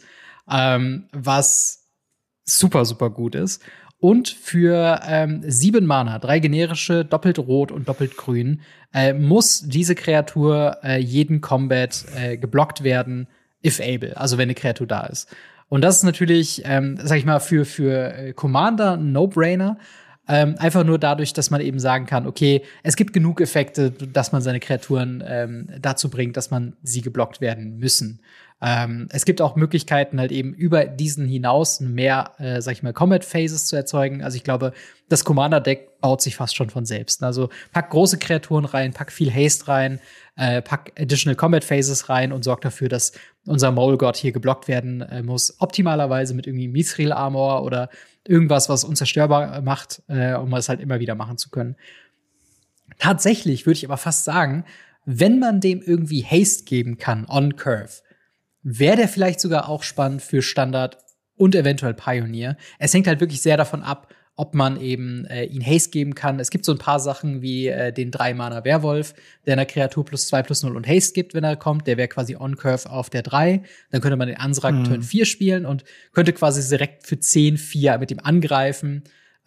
was super, super gut ist. Und für 7 Mana, 3 generische, doppelt rot und doppelt grün, muss diese Kreatur jeden Combat geblockt werden, if able, also wenn eine Kreatur da ist. Und das ist natürlich, sag ich mal, für Commander ein No-Brainer. Einfach nur dadurch, dass man eben sagen kann, okay, es gibt genug Effekte, dass man seine Kreaturen dazu bringt, dass man sie geblockt werden müssen. Es gibt auch Möglichkeiten, halt eben über diesen hinaus mehr, sag ich mal, Combat Phases zu erzeugen. Also ich glaube, das Commander-Deck baut sich fast schon von selbst. Also pack große Kreaturen rein, pack viel Haste rein, pack Additional Combat Phases rein und sorg dafür, dass unser Mole God hier geblockt werden muss. Optimalerweise mit irgendwie Mithril Armor oder irgendwas, was unzerstörbar macht, um es halt immer wieder machen zu können. Tatsächlich würde ich aber fast sagen, wenn man dem irgendwie Haste geben kann on Curve, wäre der vielleicht sogar auch spannend für Standard und eventuell Pioneer. Es hängt halt wirklich sehr davon ab, ob man eben ihn Haste geben kann. Es gibt so ein paar Sachen wie den 3-Mana-Werwolf, der einer Kreatur +2/+0 und Haste gibt, wenn er kommt. Der wäre quasi on-Curve auf der 3. Dann könnte man den Ansrak Turn 4 spielen und könnte quasi direkt für 10/4 mit ihm angreifen.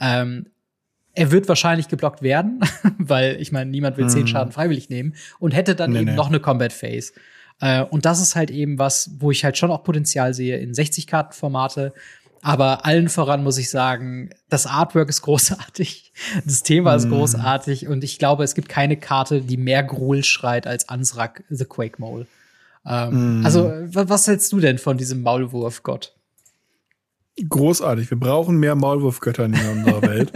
Er wird wahrscheinlich geblockt werden, weil ich meine, niemand will 10 Schaden freiwillig nehmen und hätte dann eben noch eine Combat Phase. Und das ist halt eben was, wo ich halt schon auch Potenzial sehe in 60-Karten-Formate. Aber allen voran muss ich sagen, das Artwork ist großartig, das Thema ist großartig und ich glaube, es gibt keine Karte, die mehr Gruul schreit als Ansrak the Quake Mole. Also, was hältst du denn von diesem Maulwurf-Gott? Großartig. Wir brauchen mehr Maulwurfgötter in unserer Welt.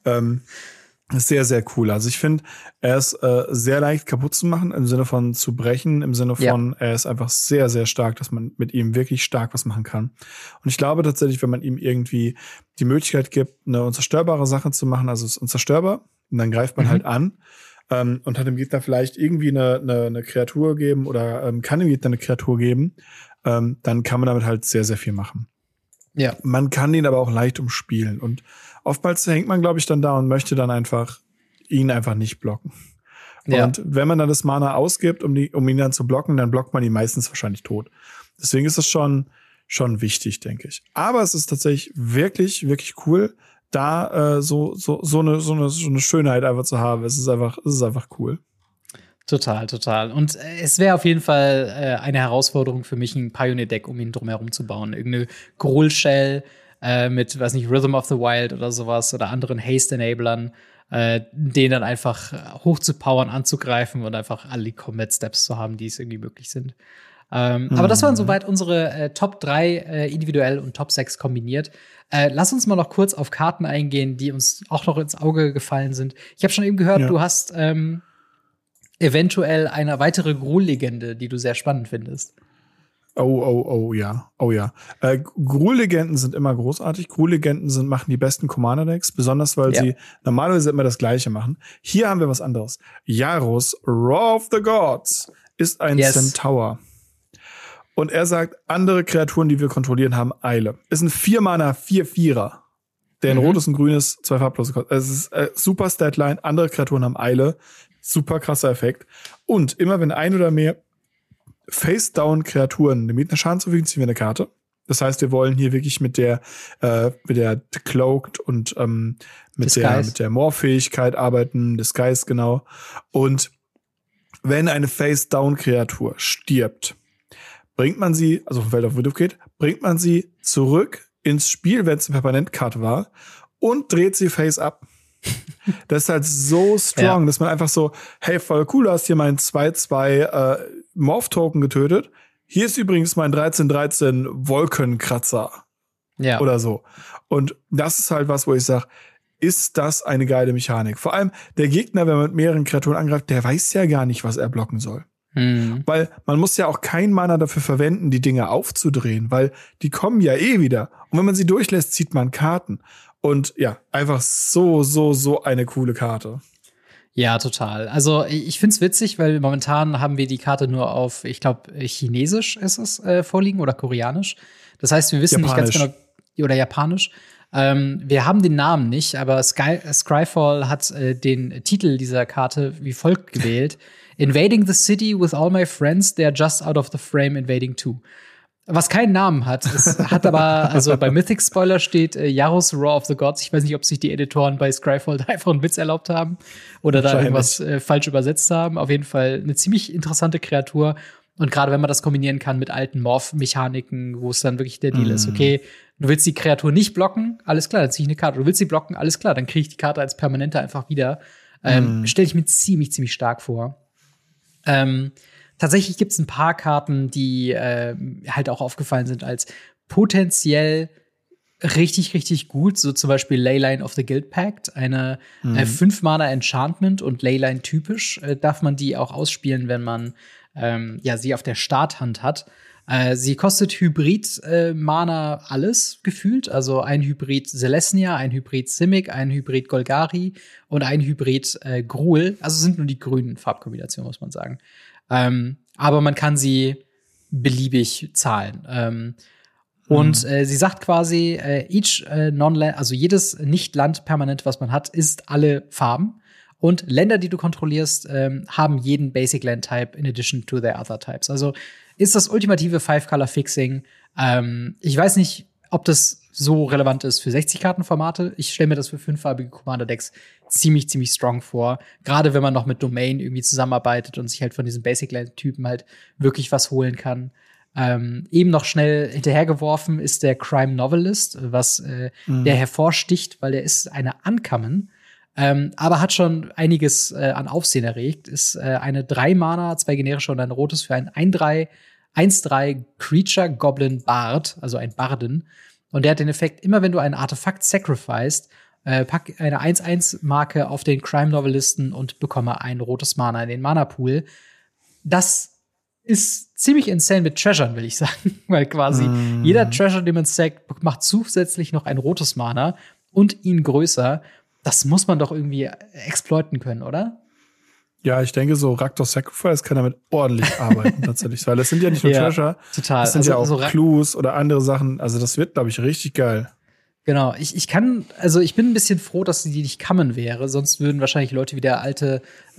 Sehr, sehr cool. Also ich finde, er ist sehr leicht kaputt zu machen, im Sinne von zu brechen, im Sinne von, er ist einfach sehr, sehr stark, dass man mit ihm wirklich stark was machen kann. Und ich glaube tatsächlich, wenn man ihm irgendwie die Möglichkeit gibt, eine unzerstörbare Sache zu machen, also es ist unzerstörbar, und dann greift man halt an und hat dem Gegner vielleicht irgendwie eine Kreatur geben oder kann dem Gegner eine Kreatur geben, dann kann man damit halt sehr, sehr viel machen. Ja. Man kann ihn aber auch leicht umspielen. Und oftmals hängt man, glaube ich, dann da und möchte dann ihn einfach nicht blocken. Ja. Und wenn man dann das Mana ausgibt, um ihn dann zu blocken, dann blockt man ihn meistens wahrscheinlich tot. Deswegen ist das schon wichtig, denke ich. Aber es ist tatsächlich wirklich, wirklich cool, da so eine Schönheit einfach zu haben. Es ist einfach cool. Total. Und es wäre auf jeden Fall eine Herausforderung für mich, ein Pioneer-Deck um ihn drumherum zu bauen. Irgendeine Gruul-Shell mit, weiß nicht, Rhythm of the Wild oder sowas oder anderen Haste-Enablern, den dann einfach hochzupowern, anzugreifen und einfach alle die Combat-Steps zu haben, die es irgendwie möglich sind. Aber das waren soweit unsere Top 3 individuell und Top 6 kombiniert. Lass uns mal noch kurz auf Karten eingehen, die uns auch noch ins Auge gefallen sind. Ich habe schon eben gehört, du hast eventuell eine weitere Gruul-Legende, die du sehr spannend findest. Oh ja. Gruul-Legenden sind immer großartig. Gruul-Legenden machen die besten Commander-Decks, besonders weil sie normalerweise immer das Gleiche machen. Hier haben wir was anderes. Yaros, Roar of the Gods, ist ein Centaur. Und er sagt, andere Kreaturen, die wir kontrollieren, haben Eile. Ist ein 4-Mana, 4/4er. Der ein rotes und grünes, 2 farblose kostet. Es ist super Statline, andere Kreaturen haben Eile. Super krasser Effekt. Und immer wenn ein oder mehr Face-Down-Kreaturen mit einer Schaden zufügen, ziehen wir eine Karte. Das heißt, wir wollen hier wirklich mit der Cloaked und mit der Morph-Fähigkeit arbeiten, Disguise, genau. Und wenn eine Face-Down-Kreatur stirbt, bringt man sie, also vom Feld auf Widow geht, bringt man sie zurück ins Spiel, wenn es eine Permanent-Karte war, und dreht sie Face-Up. Das ist halt so strong, dass man einfach so, hey, voll cool, du hast hier meinen 2/2 Morph-Token getötet. Hier ist übrigens mein 13/13 Wolkenkratzer. Ja. Oder so. Und das ist halt was, wo ich sage, ist das eine geile Mechanik? Vor allem der Gegner, wenn man mit mehreren Kreaturen angreift, der weiß ja gar nicht, was er blocken soll. Weil man muss ja auch kein Mana dafür verwenden, die Dinge aufzudrehen, weil die kommen ja eh wieder. Und wenn man sie durchlässt, zieht man Karten. Und ja, einfach so eine coole Karte. Ja, total. Also ich find's witzig, weil momentan haben wir die Karte nur auf, ich glaube, Chinesisch ist es vorliegen oder Koreanisch. Das heißt, wir wissen nicht ganz genau, oder Japanisch. Wir haben den Namen nicht, aber Scryfall hat den Titel dieser Karte wie folgt gewählt. Invading the city with all my friends, they're just out of the frame invading too. Was keinen Namen hat. Es hat aber, also bei Mythic Spoiler steht Yaros Roar of the Gods. Ich weiß nicht, ob sich die Editoren bei Scryfall da einfach einen Witz erlaubt haben oder da irgendwas falsch übersetzt haben. Auf jeden Fall eine ziemlich interessante Kreatur. Und gerade wenn man das kombinieren kann mit alten Morph-Mechaniken, wo es dann wirklich der Deal ist, okay, du willst die Kreatur nicht blocken, alles klar, dann ziehe ich eine Karte. Du willst sie blocken, alles klar, dann kriege ich die Karte als Permanente einfach wieder. Stelle ich mir ziemlich stark vor. Tatsächlich gibt es ein paar Karten, die halt auch aufgefallen sind als potenziell richtig gut. So zum Beispiel Leyline of the Guild Pact, eine 5-Mana Enchantment und Leyline typisch darf man die auch ausspielen, wenn man sie auf der Starthand hat. Sie kostet Hybrid-Mana alles gefühlt. Also ein Hybrid Selesnya, ein Hybrid Simic, ein Hybrid Golgari und ein Hybrid Gruul. Also sind nur die grünen Farbkombinationen, muss man sagen. Aber man kann sie beliebig zahlen. Und sie sagt quasi, each non-land, also jedes Nicht-Land permanent, was man hat, ist alle Farben. Und Länder, die du kontrollierst, haben jeden Basic Land Type in addition to their other types. Also ist das ultimative Five-Color-Fixing. Ich weiß nicht, ob das so relevant ist für 60-Karten-Formate. Ich stelle mir das für 5-farbige Commander-Decks ziemlich, ziemlich strong vor. Gerade wenn man noch mit Domain irgendwie zusammenarbeitet und sich halt von diesen Basic-Land-Typen halt wirklich was holen kann. Eben noch schnell hinterhergeworfen ist der Crime Novelist, was der hervorsticht, weil der ist eine Uncommon, aber hat schon einiges an Aufsehen erregt. Ist eine 3-Mana, 2 generische und ein rotes für ein 1/3 Creature Goblin Bard, also ein Barden. Und der hat den Effekt, immer wenn du ein Artefakt sacrificed, pack eine 1/1-Marke auf den Crime Novelisten und bekomme ein rotes Mana in den Mana-Pool. Das ist ziemlich insane mit Treasuren, will ich sagen. Weil quasi jeder Treasure, den man sackt, macht zusätzlich noch ein rotes Mana und ihn größer. Das muss man doch irgendwie exploiten können, oder? Ja, ich denke, so Rakdos Sacrifice kann damit ordentlich arbeiten, tatsächlich. Weil das sind ja nicht nur Treasure, total. Das sind ja auch Clues oder andere Sachen. Also das wird, glaube ich, richtig geil. Genau, ich bin ein bisschen froh, dass die nicht common wäre, sonst würden wahrscheinlich Leute wieder alte,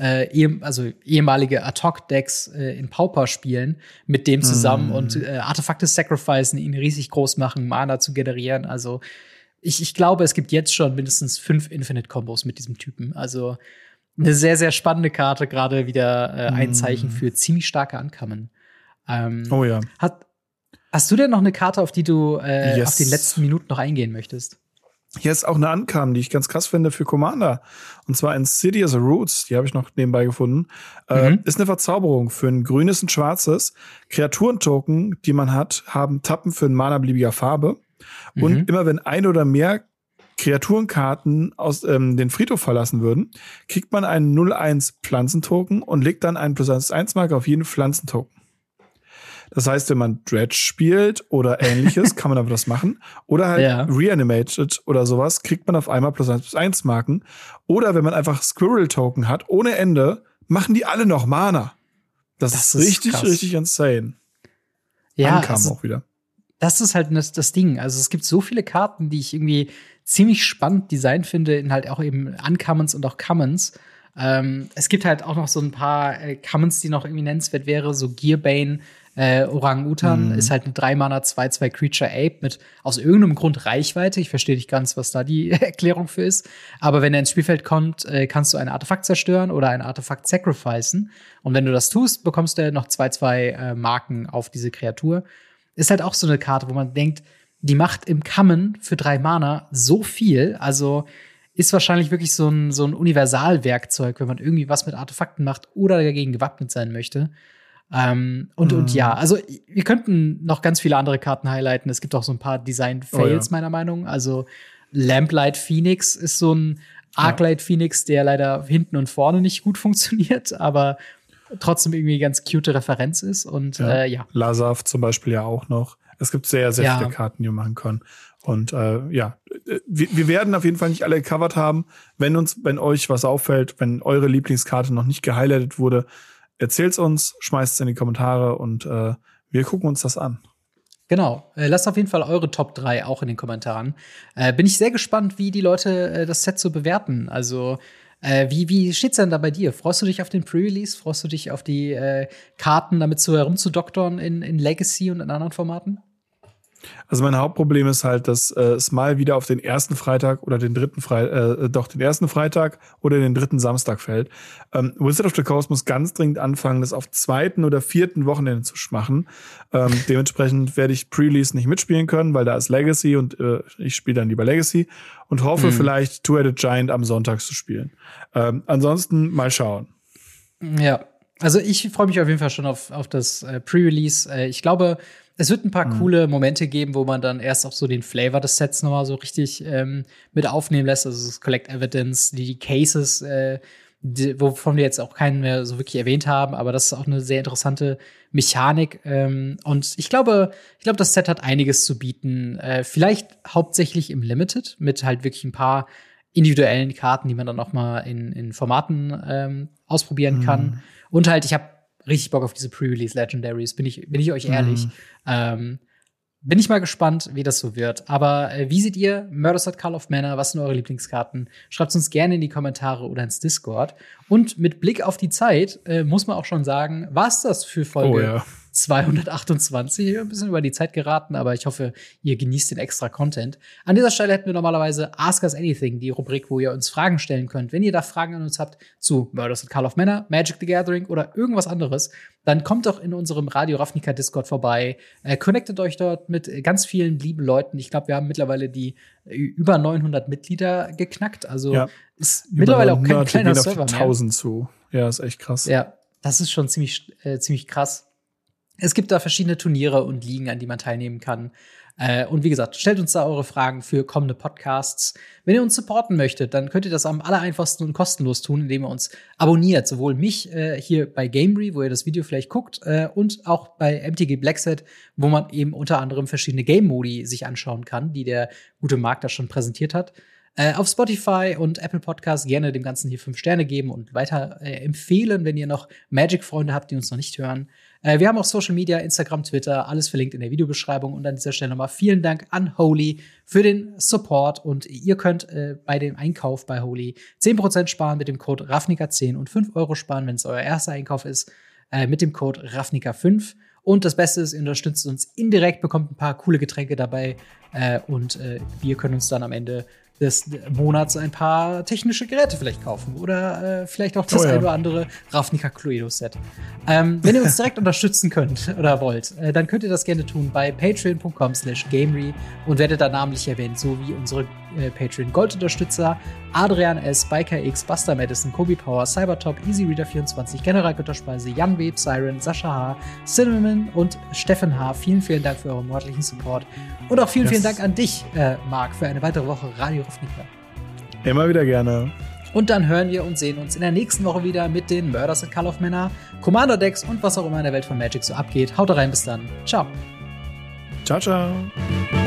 ehemalige Ad-Hoc-Decks in Pauper spielen, mit dem zusammen und Artefakte sacrificen, ihn riesig groß machen, Mana zu generieren. Also ich glaube, es gibt jetzt schon mindestens 5 Infinite-Kombos mit diesem Typen. Also eine sehr, sehr spannende Karte, gerade wieder ein Zeichen für ziemlich starke Uncommon. Oh ja. Hast du denn noch eine Karte, auf die du auf den letzten Minuten noch eingehen möchtest? Hier ist auch eine Ankam, die ich ganz krass finde für Commander. Und zwar Insidious Roots, die habe ich noch nebenbei gefunden. Ist eine Verzauberung für ein grünes und schwarzes. Kreaturentoken, die man hat, haben Tappen für ein Mana beliebiger Farbe. Und immer wenn ein oder mehr Kreaturenkarten aus den Friedhof verlassen würden, kriegt man einen 0/1 Pflanzentoken und legt dann einen +1/1-Marke auf jeden Pflanzentoken. Das heißt, wenn man Dredge spielt oder ähnliches, kann man aber das machen. Oder halt Reanimated oder sowas, kriegt man auf einmal +1/1-Marken. Oder wenn man einfach Squirrel-Token hat, ohne Ende, machen die alle noch Mana. Das ist richtig, krass. Richtig insane. Ja, Ankam auch wieder. Das ist halt das Ding. Also es gibt so viele Karten, die ich irgendwie ziemlich spannend designt finde, in halt auch eben Uncommons und auch Commons. Es gibt halt auch noch so ein paar Commons, die noch irgendwie nennenswert wäre, so Gearbane, Orang-Utan ist halt eine 3-Mana 2/2 Creature Ape mit aus irgendeinem Grund Reichweite. Ich verstehe nicht ganz, was da die Erklärung für ist. Aber wenn er ins Spielfeld kommt, kannst du ein Artefakt zerstören oder ein Artefakt sacrificen. Und wenn du das tust, bekommst du noch 2/2 Marken auf diese Kreatur. Ist halt auch so eine Karte, wo man denkt, die macht im Common für 3 Mana so viel. Also ist wahrscheinlich wirklich so ein Universalwerkzeug, wenn man irgendwie was mit Artefakten macht oder dagegen gewappnet sein möchte. Und ja, also wir könnten noch ganz viele andere Karten highlighten. Es gibt auch so ein paar Design-Fails, meiner Meinung. Also Lamplight Phoenix ist so ein Arclight Phoenix, der leider hinten und vorne nicht gut funktioniert, aber trotzdem irgendwie ganz cute Referenz ist. Und Lazav zum Beispiel ja auch noch. Es gibt sehr, sehr viele Karten, die wir machen können. Und wir werden auf jeden Fall nicht alle gecovert haben. Wenn euch was auffällt, wenn eure Lieblingskarte noch nicht gehighlightet wurde, erzählt's uns, schmeißt es in die Kommentare und wir gucken uns das an. Genau. Lasst auf jeden Fall eure Top 3 auch in den Kommentaren. Bin ich sehr gespannt, wie die Leute das Set so bewerten. Also wie steht's denn da bei dir? Freust du dich auf den Pre-Release? Freust du dich auf die Karten, damit so herumzudoktern in Legacy und in anderen Formaten? Also mein Hauptproblem ist halt, dass es mal wieder auf den ersten Freitag oder den ersten Freitag oder den dritten Samstag fällt. Wizard of the Coast muss ganz dringend anfangen, das auf 2. oder 4. Wochenende zu machen. Dementsprechend werde ich Pre-Release nicht mitspielen können, weil da ist Legacy und ich spiele dann lieber Legacy und hoffe vielleicht Two-Headed Giant am Sonntag zu spielen. Ansonsten mal schauen. Ja, also ich freue mich auf jeden Fall schon auf das Pre-Release. Ich glaube, es wird ein paar coole Momente geben, wo man dann erst auch so den Flavor des Sets nochmal so richtig mit aufnehmen lässt. Also das Collect Evidence, die Cases, wovon wir jetzt auch keinen mehr so wirklich erwähnt haben, aber das ist auch eine sehr interessante Mechanik. Und ich glaube, das Set hat einiges zu bieten. Vielleicht hauptsächlich im Limited, mit halt wirklich ein paar individuellen Karten, die man dann auch mal in Formaten ausprobieren kann. Und halt, ich habe richtig Bock auf diese Pre-Release Legendaries, bin ich euch ehrlich. bin ich mal gespannt, wie das so wird. Aber wie seht ihr Murders at Call of Manor? Was sind eure Lieblingskarten? Schreibt uns gerne in die Kommentare oder ins Discord. Und mit Blick auf die Zeit muss man auch schon sagen, war's das für Folge 228. Ein bisschen über die Zeit geraten, aber ich hoffe, ihr genießt den extra Content. An dieser Stelle hätten wir normalerweise Ask Us Anything, die Rubrik, wo ihr uns Fragen stellen könnt. Wenn ihr da Fragen an uns habt zu Murders at Call of Manor, Magic the Gathering oder irgendwas anderes, dann kommt doch in unserem Radio Ravnica Discord vorbei. Connectet euch dort mit ganz vielen lieben Leuten. Ich glaube, wir haben mittlerweile die über 900 Mitglieder geknackt. Also ist mittlerweile auch kein kleiner Server mehr. 1000 zu. Ja, ist echt krass. Ja, das ist schon ziemlich krass. Es gibt da verschiedene Turniere und Ligen, an die man teilnehmen kann. Und wie gesagt, stellt uns da eure Fragen für kommende Podcasts. Wenn ihr uns supporten möchtet, dann könnt ihr das am allereinfachsten und kostenlos tun, indem ihr uns abonniert. Sowohl mich hier bei Gamery, wo ihr das Video vielleicht guckt, und auch bei MTG Blackset, wo man eben unter anderem verschiedene Game-Modi sich anschauen kann, die der gute Marc da schon präsentiert hat. Auf Spotify und Apple Podcasts gerne dem Ganzen hier 5 Sterne geben und weiter empfehlen, wenn ihr noch Magic-Freunde habt, die uns noch nicht hören. Wir haben auch Social Media, Instagram, Twitter, alles verlinkt in der Videobeschreibung. Und an dieser Stelle nochmal vielen Dank an Holy für den Support. Und ihr könnt bei dem Einkauf bei Holy 10% sparen mit dem Code Ravnica10 und 5 € sparen, wenn es euer erster Einkauf ist, mit dem Code Ravnica5. Und das Beste ist, ihr unterstützt uns indirekt, bekommt ein paar coole Getränke dabei. Und wir können uns dann am Ende des Monats ein paar technische Geräte vielleicht kaufen oder vielleicht auch das ein oder andere Ravnica Cluedo Set. Wenn ihr uns direkt unterstützen könnt oder wollt, dann könnt ihr das gerne tun bei patreon.com/gamery und werdet da namentlich erwähnt, so wie unsere Patreon Gold-Unterstützer Adrian S., Biker X, Buster Madison, Kobe Power, Cybertop, EasyReader24, General Götterspeise, Jan Web, Siren, Sascha H., Cinnamon und Steffen H. Vielen Dank für euren monatlichen Support. Und auch vielen Dank an dich, Marc, für eine weitere Woche Radio Ravnica. Immer wieder gerne. Und dann hören wir und sehen uns in der nächsten Woche wieder mit den Murders at Call of Manor, Commander Decks und was auch immer in der Welt von Magic so abgeht. Haut rein, bis dann. Ciao. Ciao, ciao.